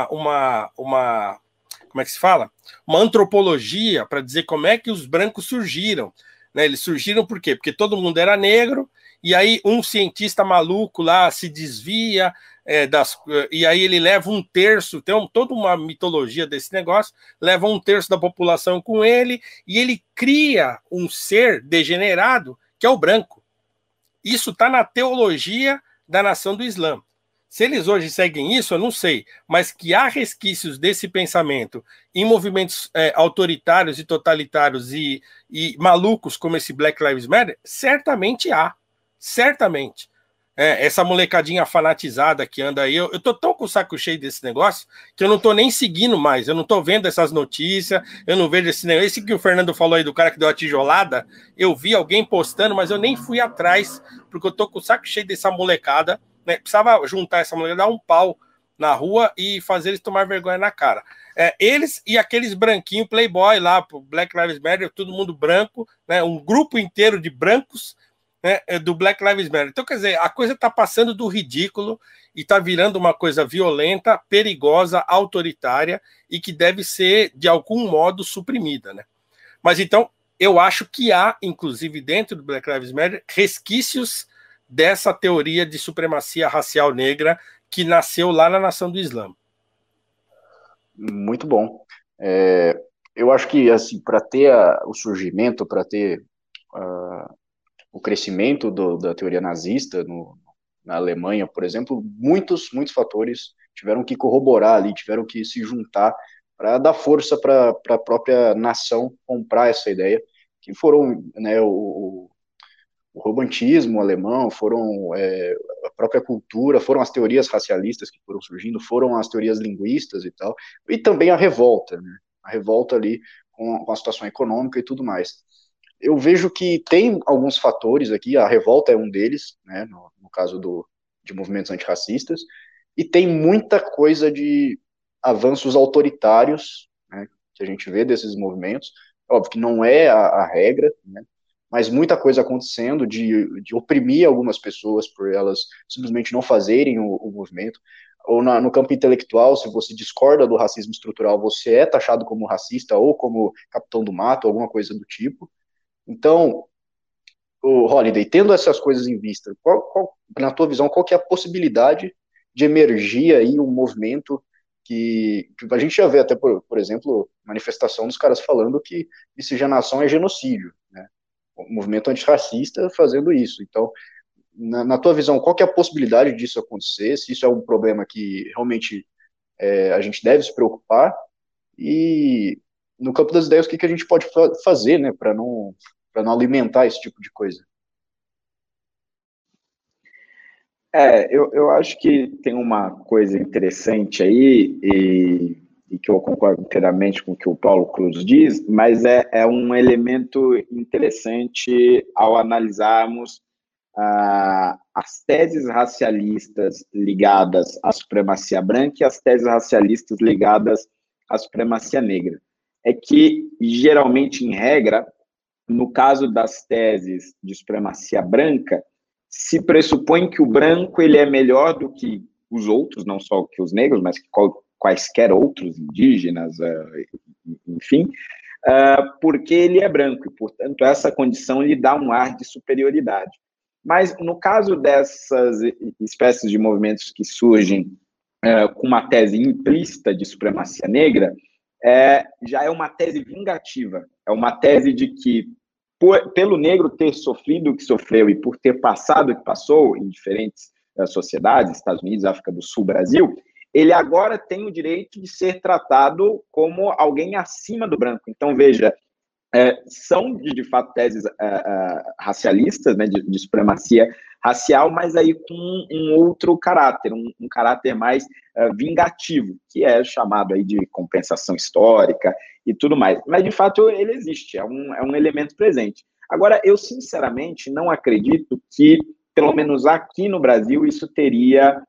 como é que se fala? Uma antropologia para dizer como é que os brancos surgiram. Eles surgiram por quê? Porque todo mundo era negro, e aí um cientista maluco lá se desvia, e aí ele leva um terço, tem toda uma mitologia desse negócio, leva um terço da população com ele, e ele cria um ser degenerado, que é o branco. Isso está na teologia da nação do Islã. Se eles hoje seguem isso, eu não sei, mas que há resquícios desse pensamento em movimentos autoritários e totalitários e malucos como esse Black Lives Matter, certamente há. Certamente. Essa molecadinha fanatizada que anda aí, eu tô tão com o saco cheio desse negócio que eu não tô nem seguindo mais, eu não tô vendo essas notícias, eu não vejo esse negócio. Esse que o Fernando falou aí do cara que deu a tijolada, eu vi alguém postando, mas eu nem fui atrás, porque eu tô com o saco cheio dessa molecada, né? Precisava juntar essa molecada, dar um pau na rua e fazer eles tomar vergonha na cara. Eles e aqueles branquinhos playboy lá, pro Black Lives Matter, todo mundo branco, né? Um grupo inteiro de brancos, do Black Lives Matter. Então, quer dizer, a coisa está passando do ridículo e está virando uma coisa violenta, perigosa, autoritária e que deve ser, de algum modo, suprimida, né? Mas, então, eu acho que há, inclusive, dentro do Black Lives Matter, resquícios dessa teoria de supremacia racial negra que nasceu lá na nação do Islã. Muito bom. Eu acho que, assim, para ter o surgimento, para ter o crescimento da teoria nazista no na Alemanha, por exemplo, muitos fatores tiveram que corroborar ali, tiveram que se juntar para dar força para a própria nação comprar essa ideia, que foram, né, o romantismo alemão, foram a própria cultura, foram as teorias racialistas que foram surgindo, foram as teorias linguistas e tal, e também a revolta, né? A revolta ali com a situação econômica e tudo mais. Eu vejo que tem alguns fatores aqui, a revolta é um deles, né, no caso de movimentos antirracistas, e tem muita coisa de avanços autoritários, né, que a gente vê desses movimentos. Óbvio que não é a regra, né, mas muita coisa acontecendo de oprimir algumas pessoas por elas simplesmente não fazerem o movimento. Ou no campo intelectual, se você discorda do racismo estrutural, você é taxado como racista ou como capitão do mato, alguma coisa do tipo. Então, o Holiday, tendo essas coisas em vista, na tua visão, qual que é a possibilidade de emergir aí um movimento que a gente já vê até, por exemplo, manifestação dos caras falando que miscigenação é genocídio, né? O movimento antirracista fazendo isso. Então, na tua visão, qual que é a possibilidade disso acontecer? Se isso é um problema que realmente a gente deve se preocupar? E no campo das ideias, o que a gente pode fazer, né, para não alimentar esse tipo de coisa? Eu acho que tem uma coisa interessante aí, e que eu concordo inteiramente com o que o Paulo Cruz diz, mas é um elemento interessante ao analisarmos as teses racialistas ligadas à supremacia branca e as teses racialistas ligadas à supremacia negra. É que, geralmente, em regra, no caso das teses de supremacia branca, se pressupõe que o branco ele é melhor do que os outros, não só que os negros, mas que quaisquer outros, indígenas, enfim, porque ele é branco, e, portanto, essa condição lhe dá um ar de superioridade. Mas, no caso dessas espécies de movimentos que surgem com uma tese implícita de supremacia negra, já é uma tese vingativa, é uma tese de que, pelo negro ter sofrido o que sofreu e por ter passado o que passou em diferentes sociedades, Estados Unidos, África do Sul, Brasil, ele agora tem o direito de ser tratado como alguém acima do branco. Então, veja, são de fato teses racialistas, né, de supremacia racial, mas aí com um outro caráter, um caráter mais vingativo, que é chamado aí de compensação histórica e tudo mais. Mas, de fato, ele existe, é um elemento presente. Agora, eu, sinceramente, não acredito que, pelo menos aqui no Brasil, isso teria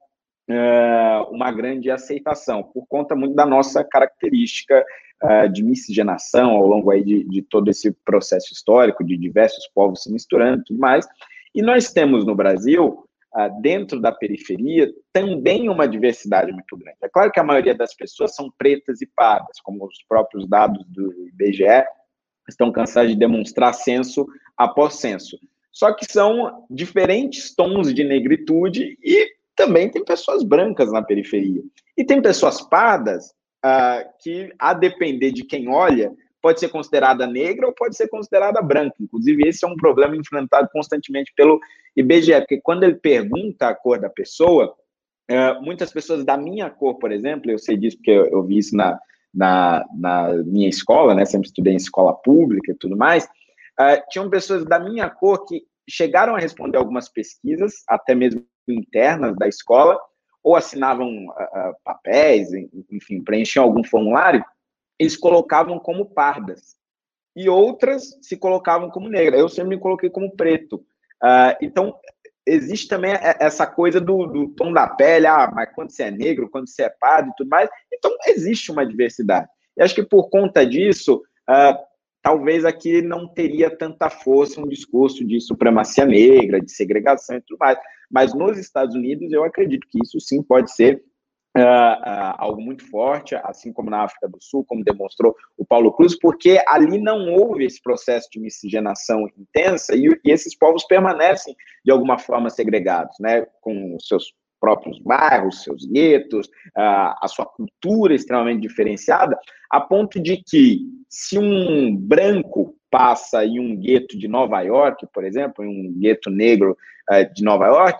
uma grande aceitação, por conta muito da nossa característica de miscigenação ao longo aí de todo esse processo histórico, de diversos povos se misturando e tudo mais. E nós temos no Brasil, dentro da periferia, também uma diversidade muito grande. É claro que a maioria das pessoas são pretas e pardas, como os próprios dados do IBGE estão cansados de demonstrar censo após censo. Só que são diferentes tons de negritude e também tem pessoas brancas na periferia. E tem pessoas pardas que, a depender de quem olha, pode ser considerada negra ou pode ser considerada branca. Inclusive, esse é um problema enfrentado constantemente pelo IBGE, porque quando ele pergunta a cor da pessoa, muitas pessoas da minha cor, por exemplo, eu sei disso porque eu vi isso na minha escola, né? Sempre estudei em escola pública e tudo mais, tinham pessoas da minha cor que chegaram a responder algumas pesquisas, até mesmo internas da escola, ou assinavam papéis, enfim, preenchiam algum formulário, eles colocavam como pardas. E outras se colocavam como negra. Eu sempre me coloquei como preto. Então, existe também essa coisa do tom da pele, mas quando você é negro, quando você é pardo e tudo mais. Então, existe uma diversidade. E acho que por conta disso, talvez aqui não teria tanta força um discurso de supremacia negra, de segregação e tudo mais. Mas nos Estados Unidos, eu acredito que isso sim pode ser algo muito forte, assim como na África do Sul, como demonstrou o Paulo Cruz, porque ali não houve esse processo de miscigenação intensa e esses povos permanecem, de alguma forma, segregados, né, com os seus próprios bairros, seus guetos, a sua cultura extremamente diferenciada, a ponto de que, se um branco passa em um gueto de Nova York, por exemplo, em um gueto negro de Nova York,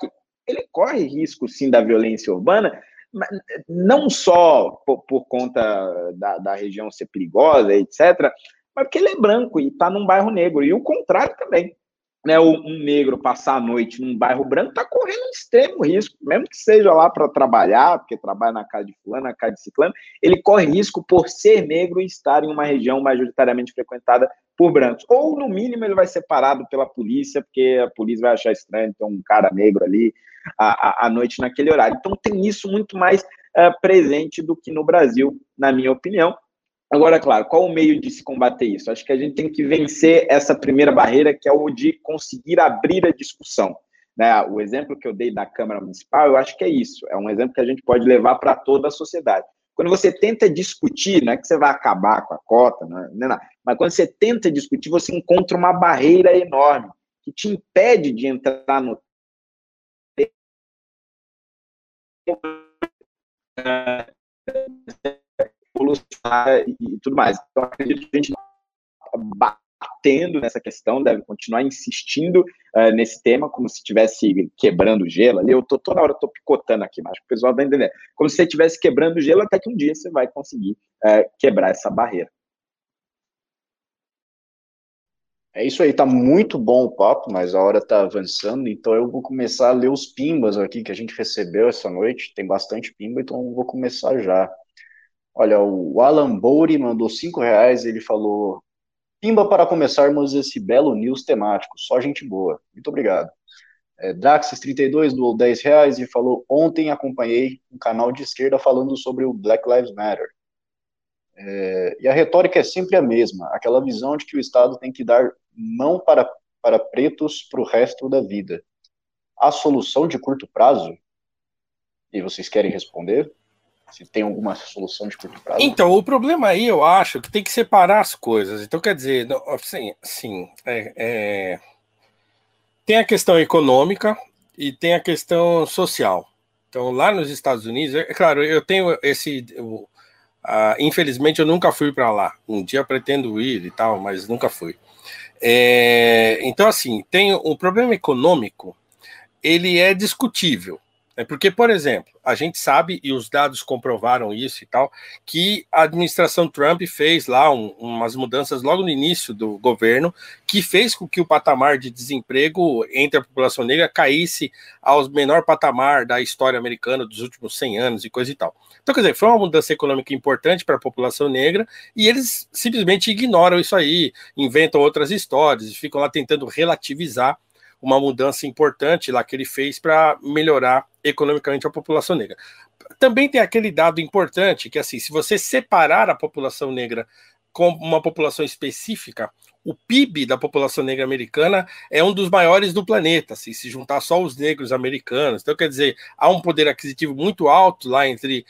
ele corre risco, sim, da violência urbana, não só por conta da região ser perigosa, etc., mas porque ele é branco e está num bairro negro, e o contrário também. Né, um negro passar a noite num bairro branco está correndo um extremo risco, mesmo que seja lá para trabalhar, porque trabalha na casa de fulano, na casa de ciclano, ele corre risco por ser negro e estar em uma região majoritariamente frequentada por brancos. Ou, no mínimo, ele vai ser parado pela polícia, porque a polícia vai achar estranho ter um cara negro ali à noite naquele horário. Então, tem isso muito mais presente do que no Brasil, na minha opinião. Agora, claro, qual o meio de se combater isso? Acho que a gente tem que vencer essa primeira barreira, que é o de conseguir abrir a discussão. Né? O exemplo que eu dei da Câmara Municipal, eu acho que é isso. É um exemplo que a gente pode levar para toda a sociedade. Quando você tenta discutir, não é que você vai acabar com a cota, não, mas quando você tenta discutir, você encontra uma barreira enorme que te impede de entrar no e tudo mais. Então, acredito que a gente batendo nessa questão, deve continuar insistindo nesse tema, como se estivesse quebrando gelo ali. Eu tô toda hora picotando aqui, mas o pessoal vai entender. Como se você estivesse quebrando gelo, até que um dia você vai conseguir quebrar essa barreira. É isso aí, tá muito bom o papo, mas a hora tá avançando, então eu vou começar a ler os pimbas aqui que a gente recebeu essa noite. Tem bastante pimba, então eu vou começar já. Olha, o Alan Bouri mandou R$ 5, ele falou: pimba para começarmos esse belo news temático, só gente boa. Muito obrigado. Draxis32 doou R$ 10 e falou: ontem acompanhei um canal de esquerda falando sobre o Black Lives Matter. E a retórica é sempre a mesma, aquela visão de que o Estado tem que dar mão para pretos para o resto da vida. A solução de curto prazo? E vocês querem responder? Se tem alguma solução de curto prazo? Então, o problema aí, eu acho que tem que separar as coisas. Então, quer dizer, tem a questão econômica e tem a questão social. Então, lá nos Estados Unidos, é claro, eu tenho infelizmente, eu nunca fui para lá. Um dia pretendo ir e tal, mas nunca fui. Então, assim, tem o problema econômico, ele é discutível. Porque, por exemplo, a gente sabe, e os dados comprovaram isso e tal, que a administração Trump fez lá umas mudanças logo no início do governo, que fez com que o patamar de desemprego entre a população negra caísse ao menor patamar da história americana dos últimos 100 anos e coisa e tal. Então, quer dizer, foi uma mudança econômica importante para a população negra e eles simplesmente ignoram isso aí, inventam outras histórias e ficam lá tentando relativizar uma mudança importante lá que ele fez para melhorar economicamente a população negra. Também tem aquele dado importante que, assim, se você separar a população negra com uma população específica, o PIB da população negra americana é um dos maiores do planeta, assim, se juntar só os negros americanos. Então, quer dizer, há um poder aquisitivo muito alto lá entre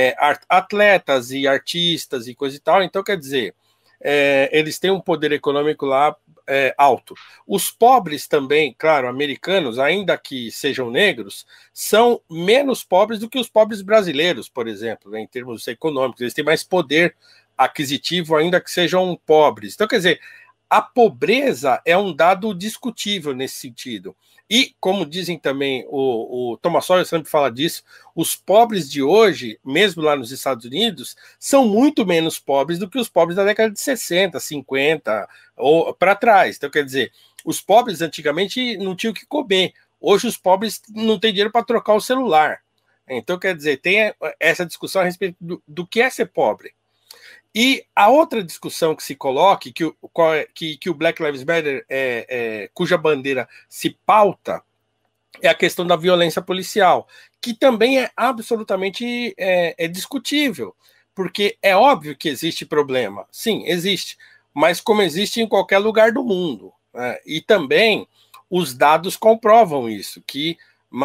atletas e artistas e coisa e tal. Então, quer dizer, eles têm um poder econômico lá alto. Os pobres também, claro, americanos, ainda que sejam negros, são menos pobres do que os pobres brasileiros, por exemplo, né, em termos econômicos. Eles têm mais poder aquisitivo, ainda que sejam pobres. Então, quer dizer, a pobreza é um dado discutível nesse sentido. E, como dizem também, o Thomas Sowell sempre fala disso, os pobres de hoje, mesmo lá nos Estados Unidos, são muito menos pobres do que os pobres da década de 60, 50 ou para trás. Então, quer dizer, os pobres antigamente não tinham o que comer. Hoje os pobres não têm dinheiro para trocar o celular. Então, quer dizer, tem essa discussão a respeito do que é ser pobre. E a outra discussão que se coloca, que o Black Lives Matter, cuja bandeira se pauta, é a questão da violência policial, que também é absolutamente discutível, porque é óbvio que existe problema. Sim, existe, mas como existe em qualquer lugar do mundo. Né? E também os dados comprovam isso, que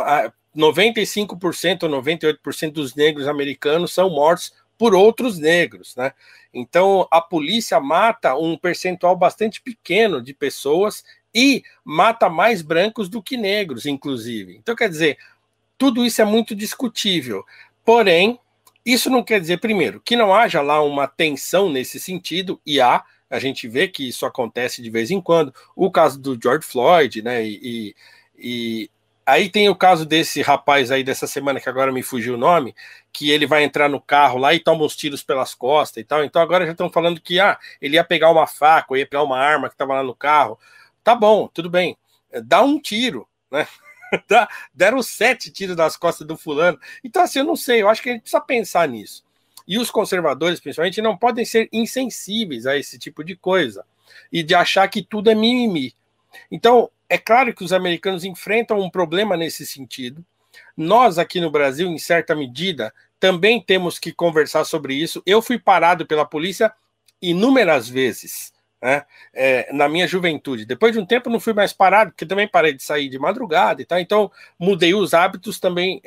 95% ou 98% dos negros americanos são mortos por outros negros, né? Então, a polícia mata um percentual bastante pequeno de pessoas e mata mais brancos do que negros, inclusive. Então, quer dizer, tudo isso é muito discutível. Porém, isso não quer dizer, primeiro, que não haja lá uma tensão nesse sentido, e a gente vê que isso acontece de vez em quando. O caso do George Floyd, né? E Aí tem o caso desse rapaz aí dessa semana, que agora me fugiu o nome, que ele vai entrar no carro lá e toma uns tiros pelas costas e tal. Então agora já estão falando que ele ia pegar uma faca, ou ia pegar uma arma que estava lá no carro. Tá bom, tudo bem. Dá um tiro, né? Deram 7 tiros nas costas do fulano. Então, assim, eu não sei, eu acho que a gente precisa pensar nisso. E os conservadores, principalmente, não podem ser insensíveis a esse tipo de coisa e de achar que tudo é mimimi. Então, é claro que os americanos enfrentam um problema nesse sentido. Nós, aqui no Brasil, em certa medida, também temos que conversar sobre isso. Eu fui parado pela polícia inúmeras vezes, né, na minha juventude. Depois de um tempo, não fui mais parado, porque também parei de sair de madrugada e tal. Então, mudei os hábitos também.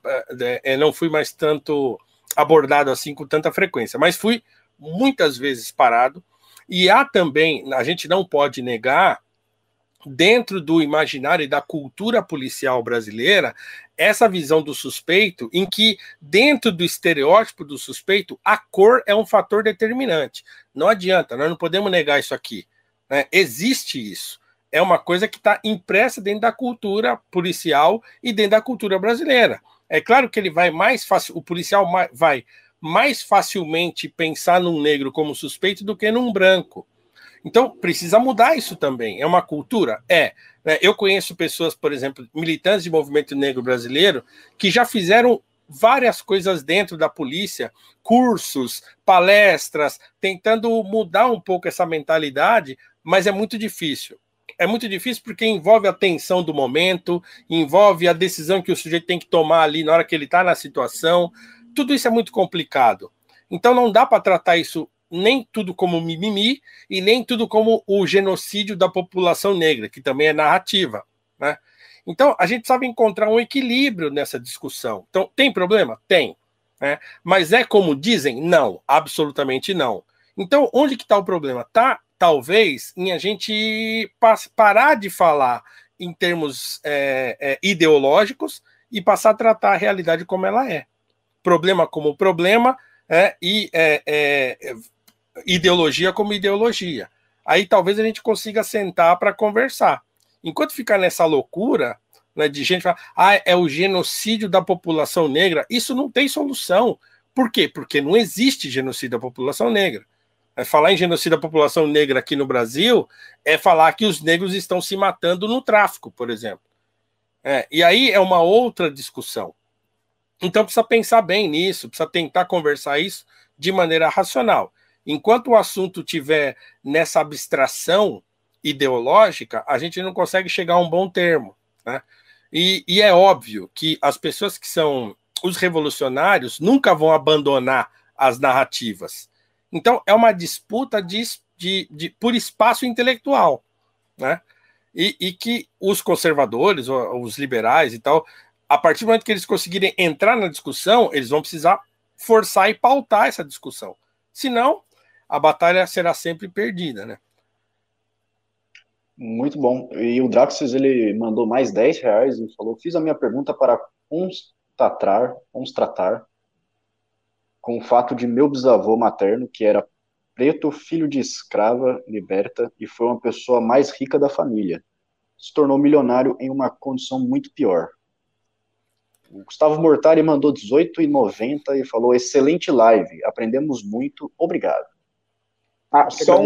Não fui mais tanto abordado assim com tanta frequência, mas fui muitas vezes parado. E há também, a gente não pode negar, dentro do imaginário e da cultura policial brasileira, essa visão do suspeito, em que dentro do estereótipo do suspeito, a cor é um fator determinante. Não adianta, nós não podemos negar isso aqui, né? Existe isso. É uma coisa que está impressa dentro da cultura policial e dentro da cultura brasileira. É claro que ele vai mais fácil, o policial vai mais facilmente pensar num negro como suspeito do que num branco. Então, precisa mudar isso também. É uma cultura? Eu conheço pessoas, por exemplo, militantes de movimento negro brasileiro, que já fizeram várias coisas dentro da polícia, cursos, palestras, tentando mudar um pouco essa mentalidade, mas é muito difícil. É muito difícil porque envolve a tensão do momento, envolve a decisão que o sujeito tem que tomar ali na hora que ele está na situação. Tudo isso é muito complicado. Então, não dá para tratar isso nem tudo como mimimi e nem tudo como o genocídio da população negra, que também é narrativa, né? Então, a gente sabe encontrar um equilíbrio nessa discussão. Então, tem problema? Tem. Né? Mas é como dizem? Não, absolutamente não. Então, onde que está o problema? Está, talvez, em a gente parar de falar em termos ideológicos e passar a tratar a realidade como ela é. Problema como problema, ideologia como ideologia. Aí talvez a gente consiga sentar para conversar. Enquanto ficar nessa loucura, né, de gente falar, é o genocídio da população negra, isso não tem solução. Por quê? Porque não existe genocídio da população negra. Falar em genocídio da população negra aqui no Brasil é falar que os negros estão se matando no tráfico, por exemplo. E aí é uma outra discussão. Então precisa pensar bem nisso, precisa tentar conversar isso de maneira racional. Enquanto o assunto estiver nessa abstração ideológica, a gente não consegue chegar a um bom termo, né? E é óbvio que as pessoas que são os revolucionários nunca vão abandonar as narrativas. Então, é uma disputa por espaço intelectual, né? E que os conservadores, os liberais e tal, a partir do momento que eles conseguirem entrar na discussão, eles vão precisar forçar e pautar essa discussão. Senão, a batalha será sempre perdida, né? Muito bom. E o Draxis, ele mandou mais R$10 e falou, fiz a minha pergunta para constatar com o fato de meu bisavô materno, que era preto, filho de escrava liberta e foi uma pessoa mais rica da família, se tornou milionário em uma condição muito pior. O Gustavo Mortari mandou R$18,90 e falou, excelente live, aprendemos muito, obrigado. Só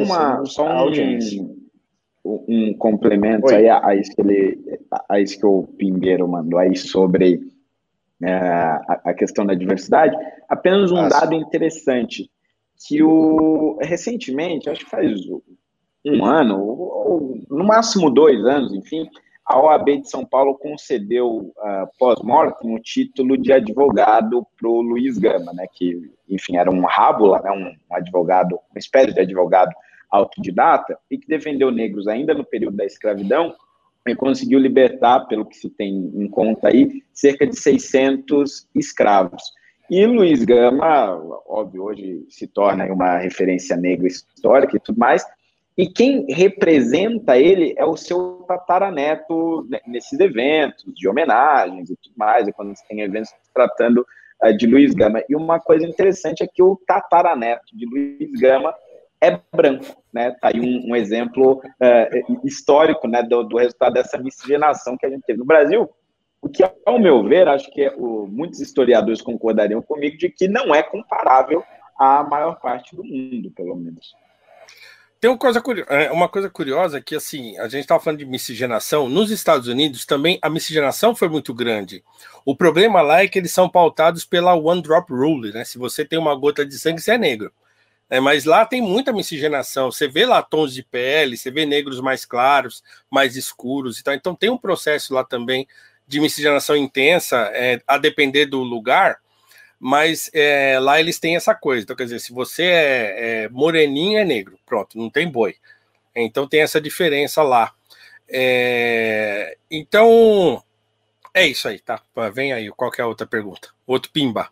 um complemento aí a isso que o Pingueiro mandou aí sobre a questão da diversidade. Apenas um dado interessante, que recentemente, acho que faz um ano, ou no máximo 2 anos, enfim, a OAB de São Paulo concedeu pós-mortem o título de advogado para o Luiz Gama, né, que, enfim, era um rábula, né, um advogado, uma espécie de advogado autodidata, e que defendeu negros ainda no período da escravidão e conseguiu libertar, pelo que se tem em conta aí, cerca de 600 escravos. E Luiz Gama, óbvio, hoje se torna uma referência negra histórica e tudo mais, e quem representa ele é o seu tataraneto nesses eventos de homenagens e tudo mais, e quando se tem eventos tratando de Luiz Gama. E uma coisa interessante é que o tataraneto de Luiz Gama é branco, né? Tá aí um exemplo histórico, né, do resultado dessa miscigenação que a gente teve no Brasil. O que, ao meu ver, acho que muitos historiadores concordariam comigo de que não é comparável à maior parte do mundo, pelo menos. Tem uma coisa curiosa que, assim, a gente estava falando de miscigenação. Nos Estados Unidos também a miscigenação foi muito grande. O problema lá é que eles são pautados pela One Drop Rule, né? Se você tem uma gota de sangue, você é negro. Mas lá tem muita miscigenação. Você vê lá tons de pele, você vê negros mais claros, mais escuros e tal. Então tem um processo lá também de miscigenação intensa, a depender do lugar. Mas lá eles têm essa coisa. Então, quer dizer, se você é moreninho, é negro. Pronto, não tem boi. Então tem essa diferença lá. Então, é isso aí, tá? Vem aí, qual que é a outra pergunta? Outro pimba.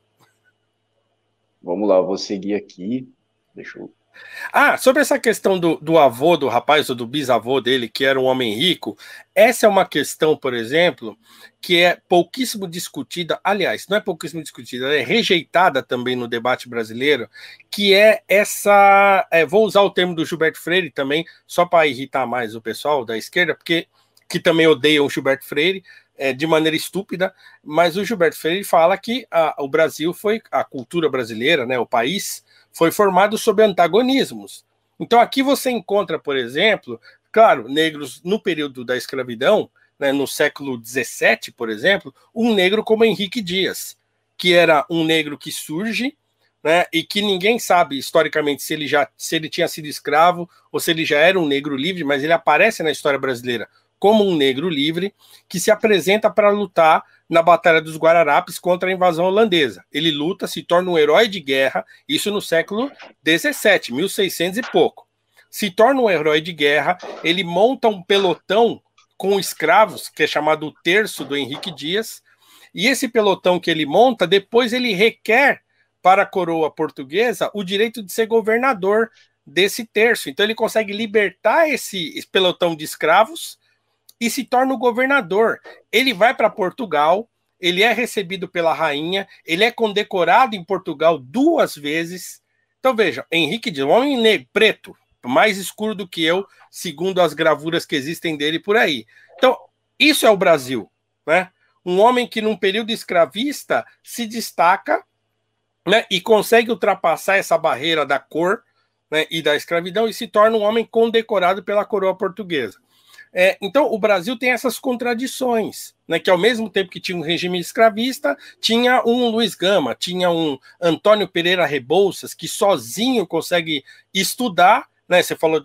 Vamos lá, eu vou seguir aqui. Deixa eu... Sobre essa questão do avô do rapaz, ou do bisavô dele, que era um homem rico, essa é uma questão, por exemplo, que é pouquíssimo discutida, aliás, não é pouquíssimo discutida, é rejeitada também no debate brasileiro, que é essa, vou usar o termo do Gilberto Freire também, só para irritar mais o pessoal da esquerda, porque que também odeiam o Gilberto Freire, de maneira estúpida, mas o Gilberto Freire fala que o Brasil foi, a cultura brasileira, né, o país, foi formado sob antagonismos. Então aqui você encontra, por exemplo, claro, negros no período da escravidão, né, no século XVII, por exemplo, um negro como Henrique Dias, que era um negro que surge, né, e que ninguém sabe historicamente se ele tinha sido escravo ou se ele já era um negro livre, mas ele aparece na história brasileira como um negro livre que se apresenta para lutar na Batalha dos Guararapes contra a invasão holandesa. Ele luta, se torna um herói de guerra, isso no século XVII, 1600 e pouco. Se torna um herói de guerra, ele monta um pelotão com escravos, que é chamado o Terço do Henrique Dias, e esse pelotão que ele monta, depois ele requer para a coroa portuguesa o direito de ser governador desse terço. Então ele consegue libertar esse pelotão de escravos e se torna o governador. Ele vai para Portugal, ele é recebido pela rainha, ele é condecorado em Portugal 2 vezes. Então veja, Henrique Dias, um homem negro, preto, mais escuro do que eu, segundo as gravuras que existem dele por aí. Então, isso é o Brasil, né? Um homem que num período escravista se destaca, né, e consegue ultrapassar essa barreira da cor, né, e da escravidão e se torna um homem condecorado pela coroa portuguesa. Então, o Brasil tem essas contradições, né, que ao mesmo tempo que tinha um regime escravista, tinha um Luiz Gama, tinha um Antônio Pereira Rebouças, que sozinho consegue estudar, né, você falou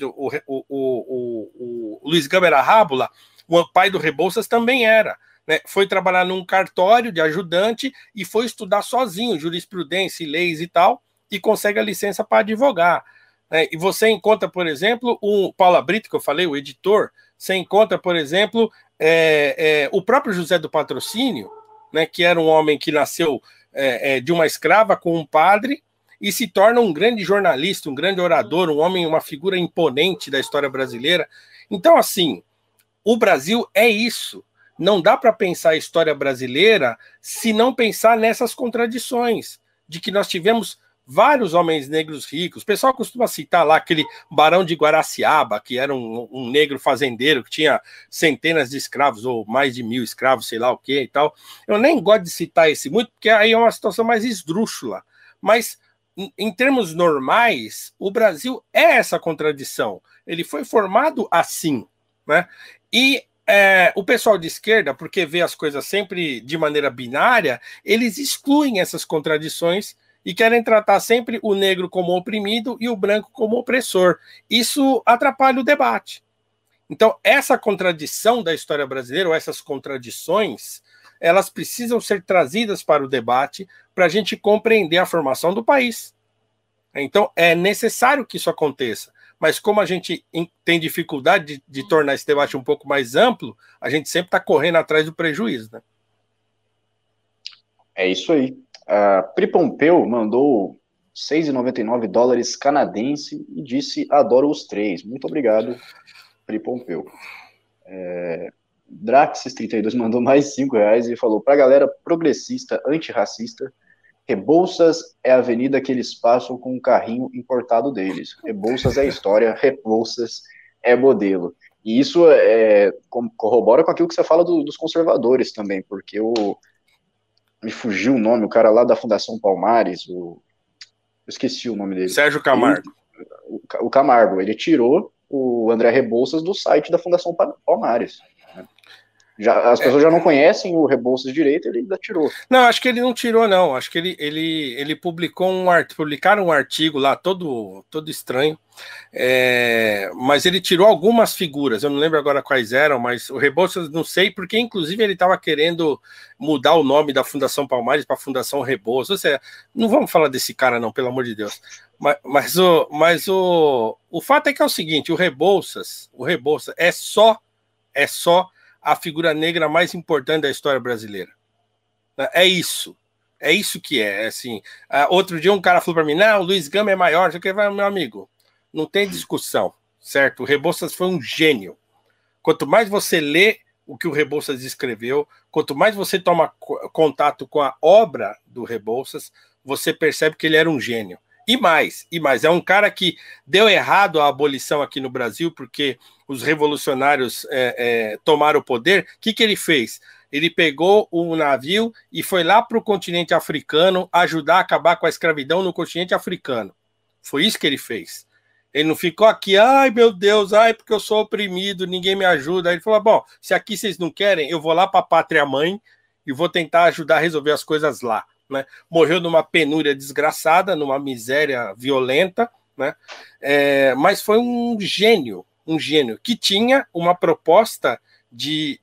o Luiz Gama era rábula, o pai do Rebouças também era, né, foi trabalhar num cartório de ajudante e foi estudar sozinho jurisprudência e leis e tal, e consegue a licença para advogar. E você encontra, por exemplo, o Paula Brito, que eu falei, o editor. Você encontra, por exemplo, o próprio José do Patrocínio, né, que era um homem que nasceu de uma escrava com um padre e se torna um grande jornalista, um grande orador, um homem, uma figura imponente da história brasileira. Então, assim, o Brasil é isso. Não dá para pensar a história brasileira se não pensar nessas contradições, de que nós tivemos vários homens negros ricos. O pessoal costuma citar lá aquele Barão de Guaraciaba, que era um negro fazendeiro que tinha centenas de escravos, ou mais de 1000 escravos, sei lá o que e tal. Eu nem gosto de citar esse muito, porque aí é uma situação mais esdrúxula. Mas, em termos normais, o Brasil é essa contradição. Ele foi formado assim, né? E o pessoal de esquerda, porque vê as coisas sempre de maneira binária, eles excluem essas contradições e querem tratar sempre o negro como oprimido e o branco como opressor. Isso atrapalha o debate. Então, essa contradição da história brasileira, ou essas contradições, elas precisam ser trazidas para o debate para a gente compreender a formação do país. Então, é necessário que isso aconteça. Mas como a gente tem dificuldade de tornar esse debate um pouco mais amplo, a gente sempre está correndo atrás do prejuízo, né? É isso aí. A Pri Pompeu mandou $6,99 canadense e disse: adoro os três. Muito obrigado, Pri Pompeu. Draxis32 mandou mais R$5 e falou: pra galera progressista, antirracista, Rebouças é a avenida que eles passam com um carrinho importado deles. Rebouças é história, Rebouças é modelo. E isso corrobora com aquilo que você fala dos conservadores também, porque me fugiu o nome, o cara lá da Fundação Palmares, eu esqueci o nome dele. Sérgio Camargo. O Camargo, ele tirou o André Rebouças do site da Fundação Palmares. As pessoas já não conhecem o Rebouças direito, ele ainda tirou. Não, acho que ele não tirou, não. Acho que ele publicaram um artigo lá, todo estranho, mas ele tirou algumas figuras, eu não lembro agora quais eram, mas o Rebouças, não sei, porque inclusive ele estava querendo mudar o nome da Fundação Palmares para Fundação Rebouças. Ou seja, não vamos falar desse cara não, pelo amor de Deus. Mas o fato é que é o seguinte, o Rebouças é só a figura negra mais importante da história brasileira. É isso que é, assim. Outro dia um cara falou para mim, não, o Luiz Gama é maior, meu amigo, não tem discussão, certo? O Rebouças foi um gênio. Quanto mais você lê o que o Rebouças escreveu, quanto mais você toma contato com a obra do Rebouças, você percebe que ele era um gênio. E mais, é um cara que deu errado a abolição aqui no Brasil, porque os revolucionários tomaram o poder. O que ele fez? Ele pegou um navio e foi lá para o continente africano ajudar a acabar com a escravidão no continente africano. Foi isso que ele fez. Ele não ficou aqui, ai meu Deus, porque eu sou oprimido, ninguém me ajuda. Aí ele falou, bom, se aqui vocês não querem, eu vou lá para a pátria mãe e vou tentar ajudar a resolver as coisas lá. Né? Morreu numa penúria desgraçada, numa miséria violenta, né? Mas foi um gênio que tinha uma proposta de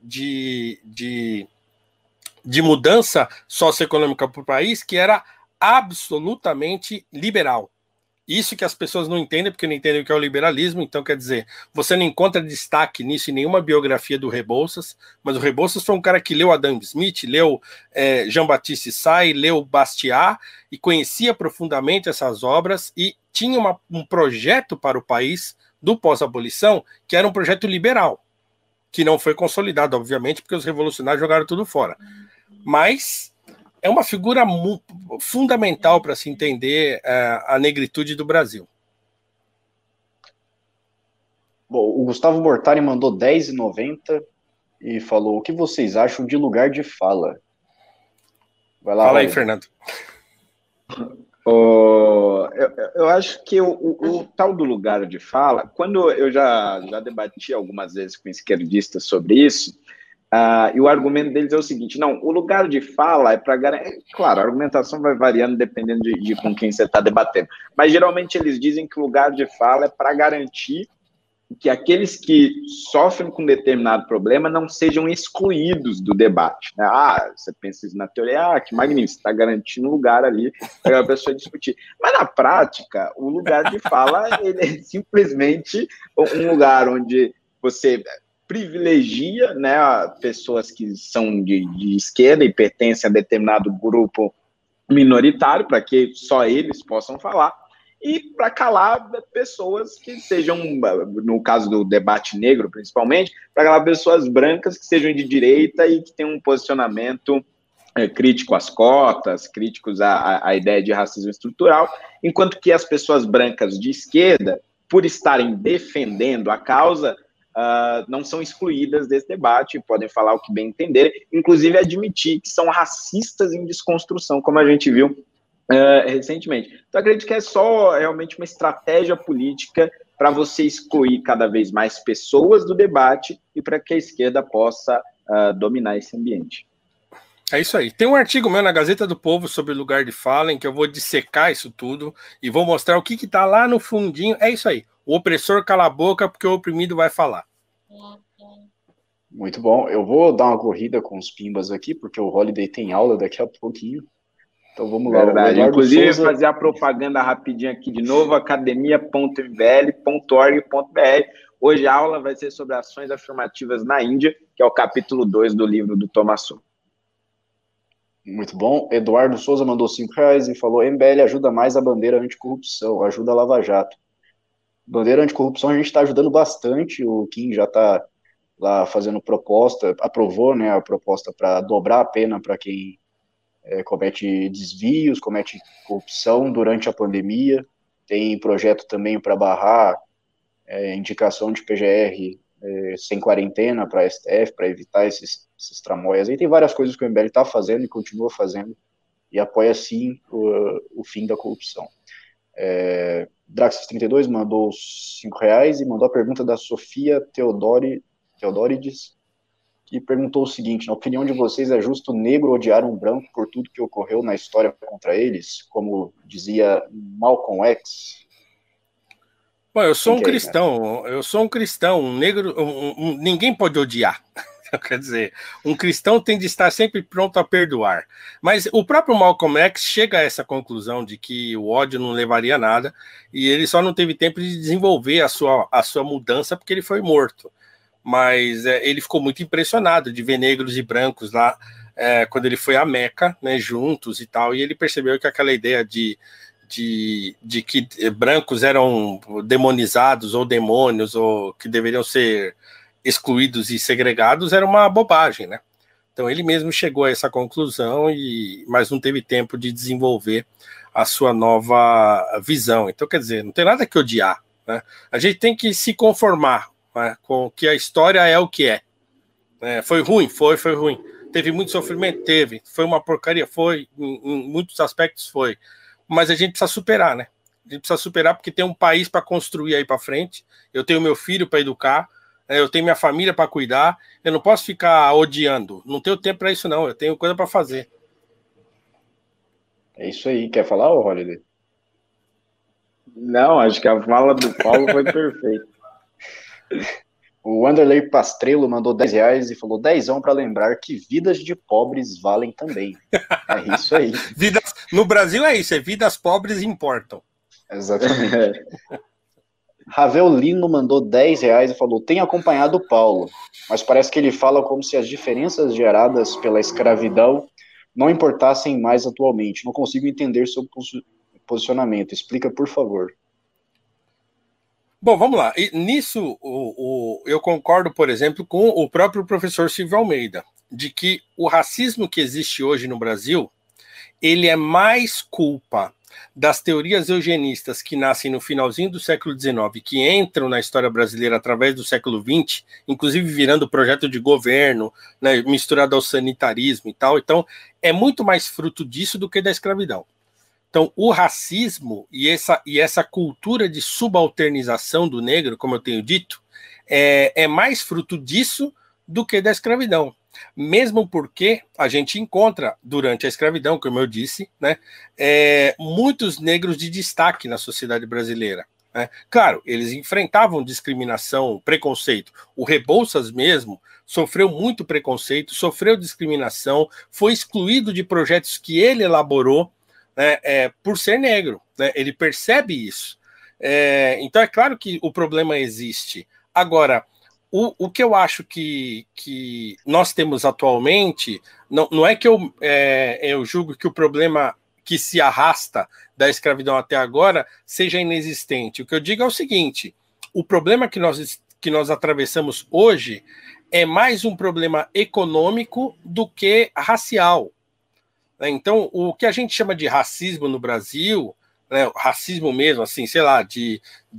mudança socioeconômica para o país que era absolutamente liberal. Isso que as pessoas não entendem, porque não entendem o que é o liberalismo. Então, quer dizer, você não encontra destaque nisso em nenhuma biografia do Rebouças, mas o Rebouças foi um cara que leu Adam Smith, leu Jean-Baptiste Say, leu Bastiat, e conhecia profundamente essas obras, e tinha um projeto para o país do pós-abolição, que era um projeto liberal, que não foi consolidado, obviamente, porque os revolucionários jogaram tudo fora. Mas é uma figura fundamental para se entender a negritude do Brasil. Bom, o Gustavo Mortari mandou R$10,90 e falou, o que vocês acham de lugar de fala? Vai lá, fala aí, Fernando. Eu acho que o tal do lugar de fala, quando eu já debati algumas vezes com esquerdistas sobre isso, e o argumento deles é o seguinte, não, o lugar de fala é para garantir, claro, a argumentação vai variando dependendo de com quem você está debatendo, mas geralmente eles dizem que o lugar de fala é para garantir que aqueles que sofrem com determinado problema não sejam excluídos do debate. Né? Você pensa isso na teoria, que magnífico, você está garantindo um lugar ali para a pessoa discutir. Mas na prática, o lugar de fala ele é simplesmente um lugar onde você privilegia, né, pessoas que são de esquerda e pertencem a determinado grupo minoritário, para que só eles possam falar, e para calar pessoas que sejam, no caso do debate negro principalmente, para calar pessoas brancas que sejam de direita e que tenham um posicionamento crítico às cotas, críticos à ideia de racismo estrutural, enquanto que as pessoas brancas de esquerda, por estarem defendendo a causa, não são excluídas desse debate, podem falar o que bem entenderem, inclusive admitir que são racistas em desconstrução, como a gente viu recentemente. Então, acredito que é só realmente uma estratégia política para você excluir cada vez mais pessoas do debate e para que a esquerda possa dominar esse ambiente. É isso aí. Tem um artigo meu na Gazeta do Povo sobre lugar de fala, em que eu vou dissecar isso tudo e vou mostrar o que está lá no fundinho. É isso aí. O opressor cala a boca porque o oprimido vai falar. Muito bom. Eu vou dar uma corrida com os pimbas aqui, porque o Holiday tem aula daqui a pouquinho. Então vamos lá. Verdade. Inclusive, Souza... fazer a propaganda rapidinho aqui de novo, academia.mbl.org.br. Hoje a aula vai ser sobre ações afirmativas na Índia, que é o capítulo 2 do livro do Thomas Sowell. Muito bom. Eduardo Souza mandou R$5 e falou, MBL ajuda mais a bandeira anticorrupção, ajuda a Lava Jato. Bandeira anticorrupção a gente está ajudando bastante, o Kim já está lá fazendo proposta, aprovou, né, a proposta para dobrar a pena para quem comete desvios, comete corrupção durante a pandemia, tem projeto também para barrar indicação de PGR sem quarentena para a STF, para evitar esses tramóias. Aí tem várias coisas que o MBL está fazendo e continua fazendo, e apoia sim o fim da corrupção. Draxis32 mandou R$5 e mandou a pergunta da Sofia Teodorides, que perguntou o seguinte: na opinião de vocês, é justo o negro odiar um branco por tudo que ocorreu na história contra eles? Como dizia Malcolm X? Bom, eu sou um cristão, um negro, ninguém pode odiar. Quer dizer, um cristão tem de estar sempre pronto a perdoar. Mas o próprio Malcolm X chega a essa conclusão de que o ódio não levaria a nada, e ele só não teve tempo de desenvolver a sua mudança porque ele foi morto. Mas ele ficou muito impressionado de ver negros e brancos lá quando ele foi a Meca, né, juntos e tal, e ele percebeu que aquela ideia de que brancos eram demonizados ou demônios ou que deveriam ser excluídos e segregados era uma bobagem, né? Então ele mesmo chegou a essa conclusão, mas não teve tempo de desenvolver a sua nova visão. Então, quer dizer, não tem nada que odiar, né? A gente tem que se conformar, né, com que a história é o que é. Foi ruim? Foi ruim. Teve muito sofrimento? Teve. Foi uma porcaria? Foi. Em muitos aspectos foi. Mas a gente precisa superar, né? A gente precisa superar porque tem um país para construir aí para frente. Eu tenho meu filho para educar, eu tenho minha família para cuidar. Eu não posso ficar odiando. Não tenho tempo para isso, não. Eu tenho coisa para fazer. É isso aí. Quer falar, Holiday? Não, acho que a fala do Paulo foi perfeita. O Wanderlei Pastrello mandou R$10 e falou 10 para lembrar que vidas de pobres valem também. É isso aí. No Brasil é isso, vidas pobres importam. Exatamente. Ravel Lino mandou R$10 e falou: tem acompanhado o Paulo, mas parece que ele fala como se as diferenças geradas pela escravidão não importassem mais atualmente. Não consigo entender seu posicionamento. Explica, por favor. Bom, vamos lá. E nisso, eu concordo, por exemplo, com o próprio professor Silvio Almeida, de que o racismo que existe hoje no Brasil, ele é mais culpa das teorias eugenistas que nascem no finalzinho do século XIX, que entram na história brasileira através do século XX, inclusive virando projeto de governo, né, misturado ao sanitarismo e tal. Então, é muito mais fruto disso do que da escravidão. Então, o racismo e essa cultura de subalternização do negro, como eu tenho dito, é mais fruto disso do que da escravidão. Mesmo porque a gente encontra, durante a escravidão, como eu disse, né, muitos negros de destaque na sociedade brasileira. Né? Claro, eles enfrentavam discriminação, preconceito. O Rebouças mesmo sofreu muito preconceito, sofreu discriminação, foi excluído de projetos que ele elaborou, né, por ser negro, né? Ele percebe isso. Então é claro que o problema existe. Agora, o que eu acho que nós temos atualmente, não é que eu julgo que o problema que se arrasta da escravidão até agora seja inexistente. O que eu digo é o seguinte: o problema que nós atravessamos hoje é mais um problema econômico do que racial. Então, o que a gente chama de racismo no Brasil, né, racismo mesmo, assim, sei lá, de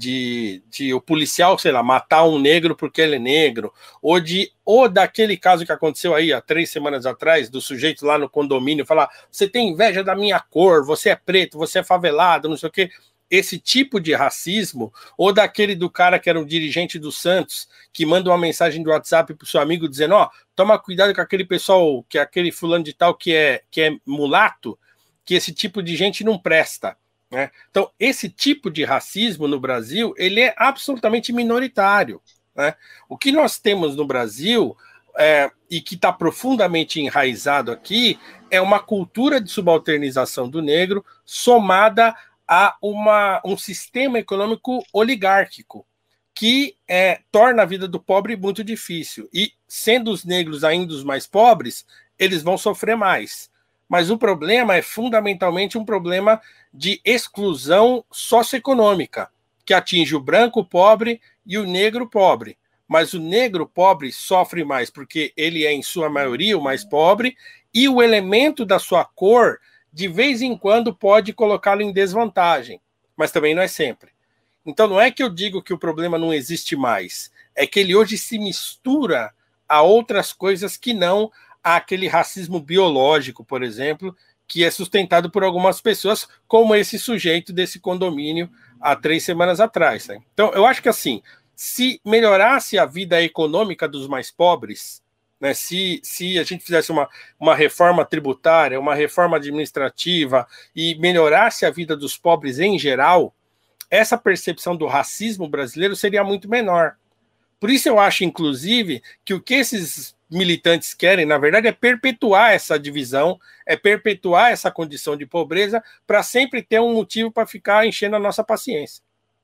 o policial, sei lá, matar um negro porque ele é negro, ou daquele caso que aconteceu aí há 3 semanas atrás, do sujeito lá no condomínio falar: você tem inveja da minha cor, você é preto, você é favelado, não sei o quê. Esse tipo de racismo, ou daquele do cara que era um dirigente do Santos, que manda uma mensagem do WhatsApp pro seu amigo dizendo: ó, toma cuidado com aquele pessoal, que é aquele fulano de tal que é mulato, que esse tipo de gente não presta. Né? Então, esse tipo de racismo no Brasil, ele é absolutamente minoritário. Né? O que nós temos no Brasil, e que está profundamente enraizado aqui, é uma cultura de subalternização do negro somada a um sistema econômico oligárquico que torna a vida do pobre muito difícil. E, sendo os negros ainda os mais pobres, eles vão sofrer mais. Mas o problema é fundamentalmente um problema de exclusão socioeconômica, que atinge o branco pobre e o negro pobre. Mas o negro pobre sofre mais porque ele é, em sua maioria, o mais pobre, e o elemento da sua cor, de vez em quando, pode colocá-lo em desvantagem, mas também não é sempre. Então, não é que eu digo que o problema não existe mais. é que ele hoje se mistura a outras coisas que não aquele racismo biológico, por exemplo, que é sustentado por algumas pessoas, como esse sujeito desse condomínio há 3 semanas atrás. Né? Então, eu acho que assim, se melhorasse a vida econômica dos mais pobres, né, se a gente fizesse uma reforma tributária, uma reforma administrativa e melhorasse a vida dos pobres em geral, essa percepção do racismo brasileiro seria muito menor. Por isso eu acho, inclusive, que o que esses militantes querem, na verdade, é perpetuar essa divisão, é perpetuar essa condição de pobreza para sempre ter um motivo para ficar enchendo a nossa paciência.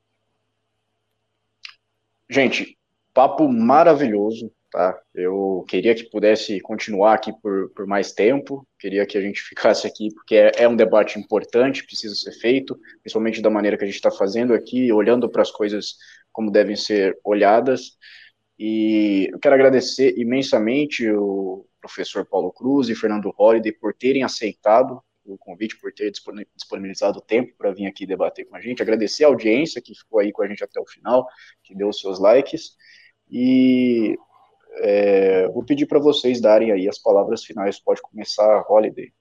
Gente, papo maravilhoso, tá? Eu queria que pudesse continuar aqui por mais tempo, queria que a gente ficasse aqui, porque é um debate importante, precisa ser feito, principalmente da maneira que a gente está fazendo aqui, olhando para as coisas como devem ser olhadas. E eu quero agradecer imensamente o professor Paulo Cruz e Fernando Holliday por terem aceitado o convite, por ter disponibilizado o tempo para vir aqui debater com a gente, agradecer a audiência que ficou aí com a gente até o final, que deu os seus likes, e vou pedir para vocês darem aí as palavras finais. Pode começar, Holliday.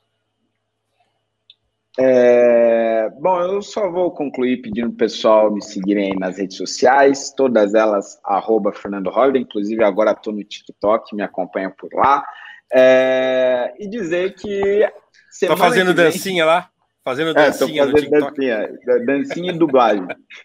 Bom, eu só vou concluir pedindo para o pessoal me seguirem aí nas redes sociais, todas elas @Fernando Holliday, inclusive agora estou no TikTok, me acompanha por lá, e dizer que Tá fazendo dancinha lá? Fazendo dancinha no TikTok? Dancinha e dublagem.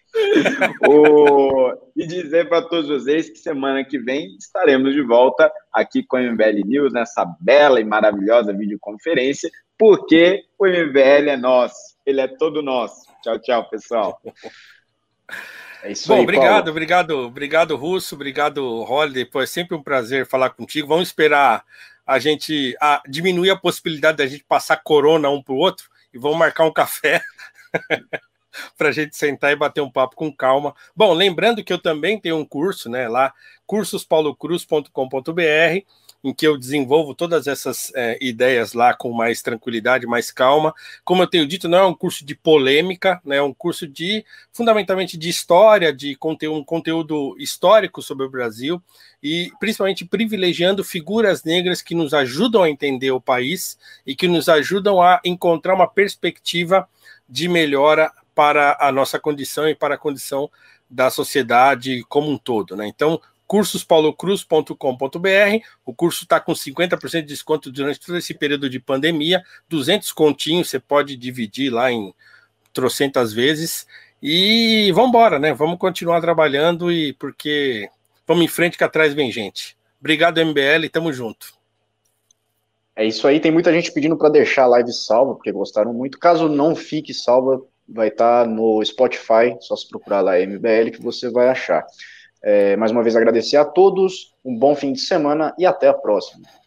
E dizer para todos vocês que semana que vem estaremos de volta aqui com o MBL News, nessa bela e maravilhosa videoconferência, porque o MBL é nosso, ele é todo nosso. Tchau, tchau, pessoal. É isso. Bom, aí, obrigado, Russo, obrigado, Holliday. Pô, é sempre um prazer falar contigo. Vamos esperar a gente diminuir a possibilidade da gente passar corona um para o outro e vamos marcar um café para a gente sentar e bater um papo com calma. Bom, lembrando que eu também tenho um curso, né, lá, cursospaulocruz.com.br, em que eu desenvolvo todas essas ideias lá com mais tranquilidade, mais calma. Como eu tenho dito, não é um curso de polêmica, né, é um curso fundamentalmente de história, de um conteúdo histórico sobre o Brasil, e principalmente privilegiando figuras negras que nos ajudam a entender o país e que nos ajudam a encontrar uma perspectiva de melhora para a nossa condição e para a condição da sociedade como um todo, né? Então, cursospaulocruz.com.br, o curso está com 50% de desconto durante todo esse período de pandemia, 200 continhos, você pode dividir lá em trocentas vezes, e vamos embora, né? Vamos continuar trabalhando, porque vamos em frente que atrás vem gente. Obrigado, MBL, tamo junto. É isso aí, tem muita gente pedindo para deixar a live salva, porque gostaram muito. Caso não fique salva, vai estar no Spotify, só se procurar lá MBL que você vai achar. Mais uma vez agradecer a todos, um bom fim de semana e até a próxima.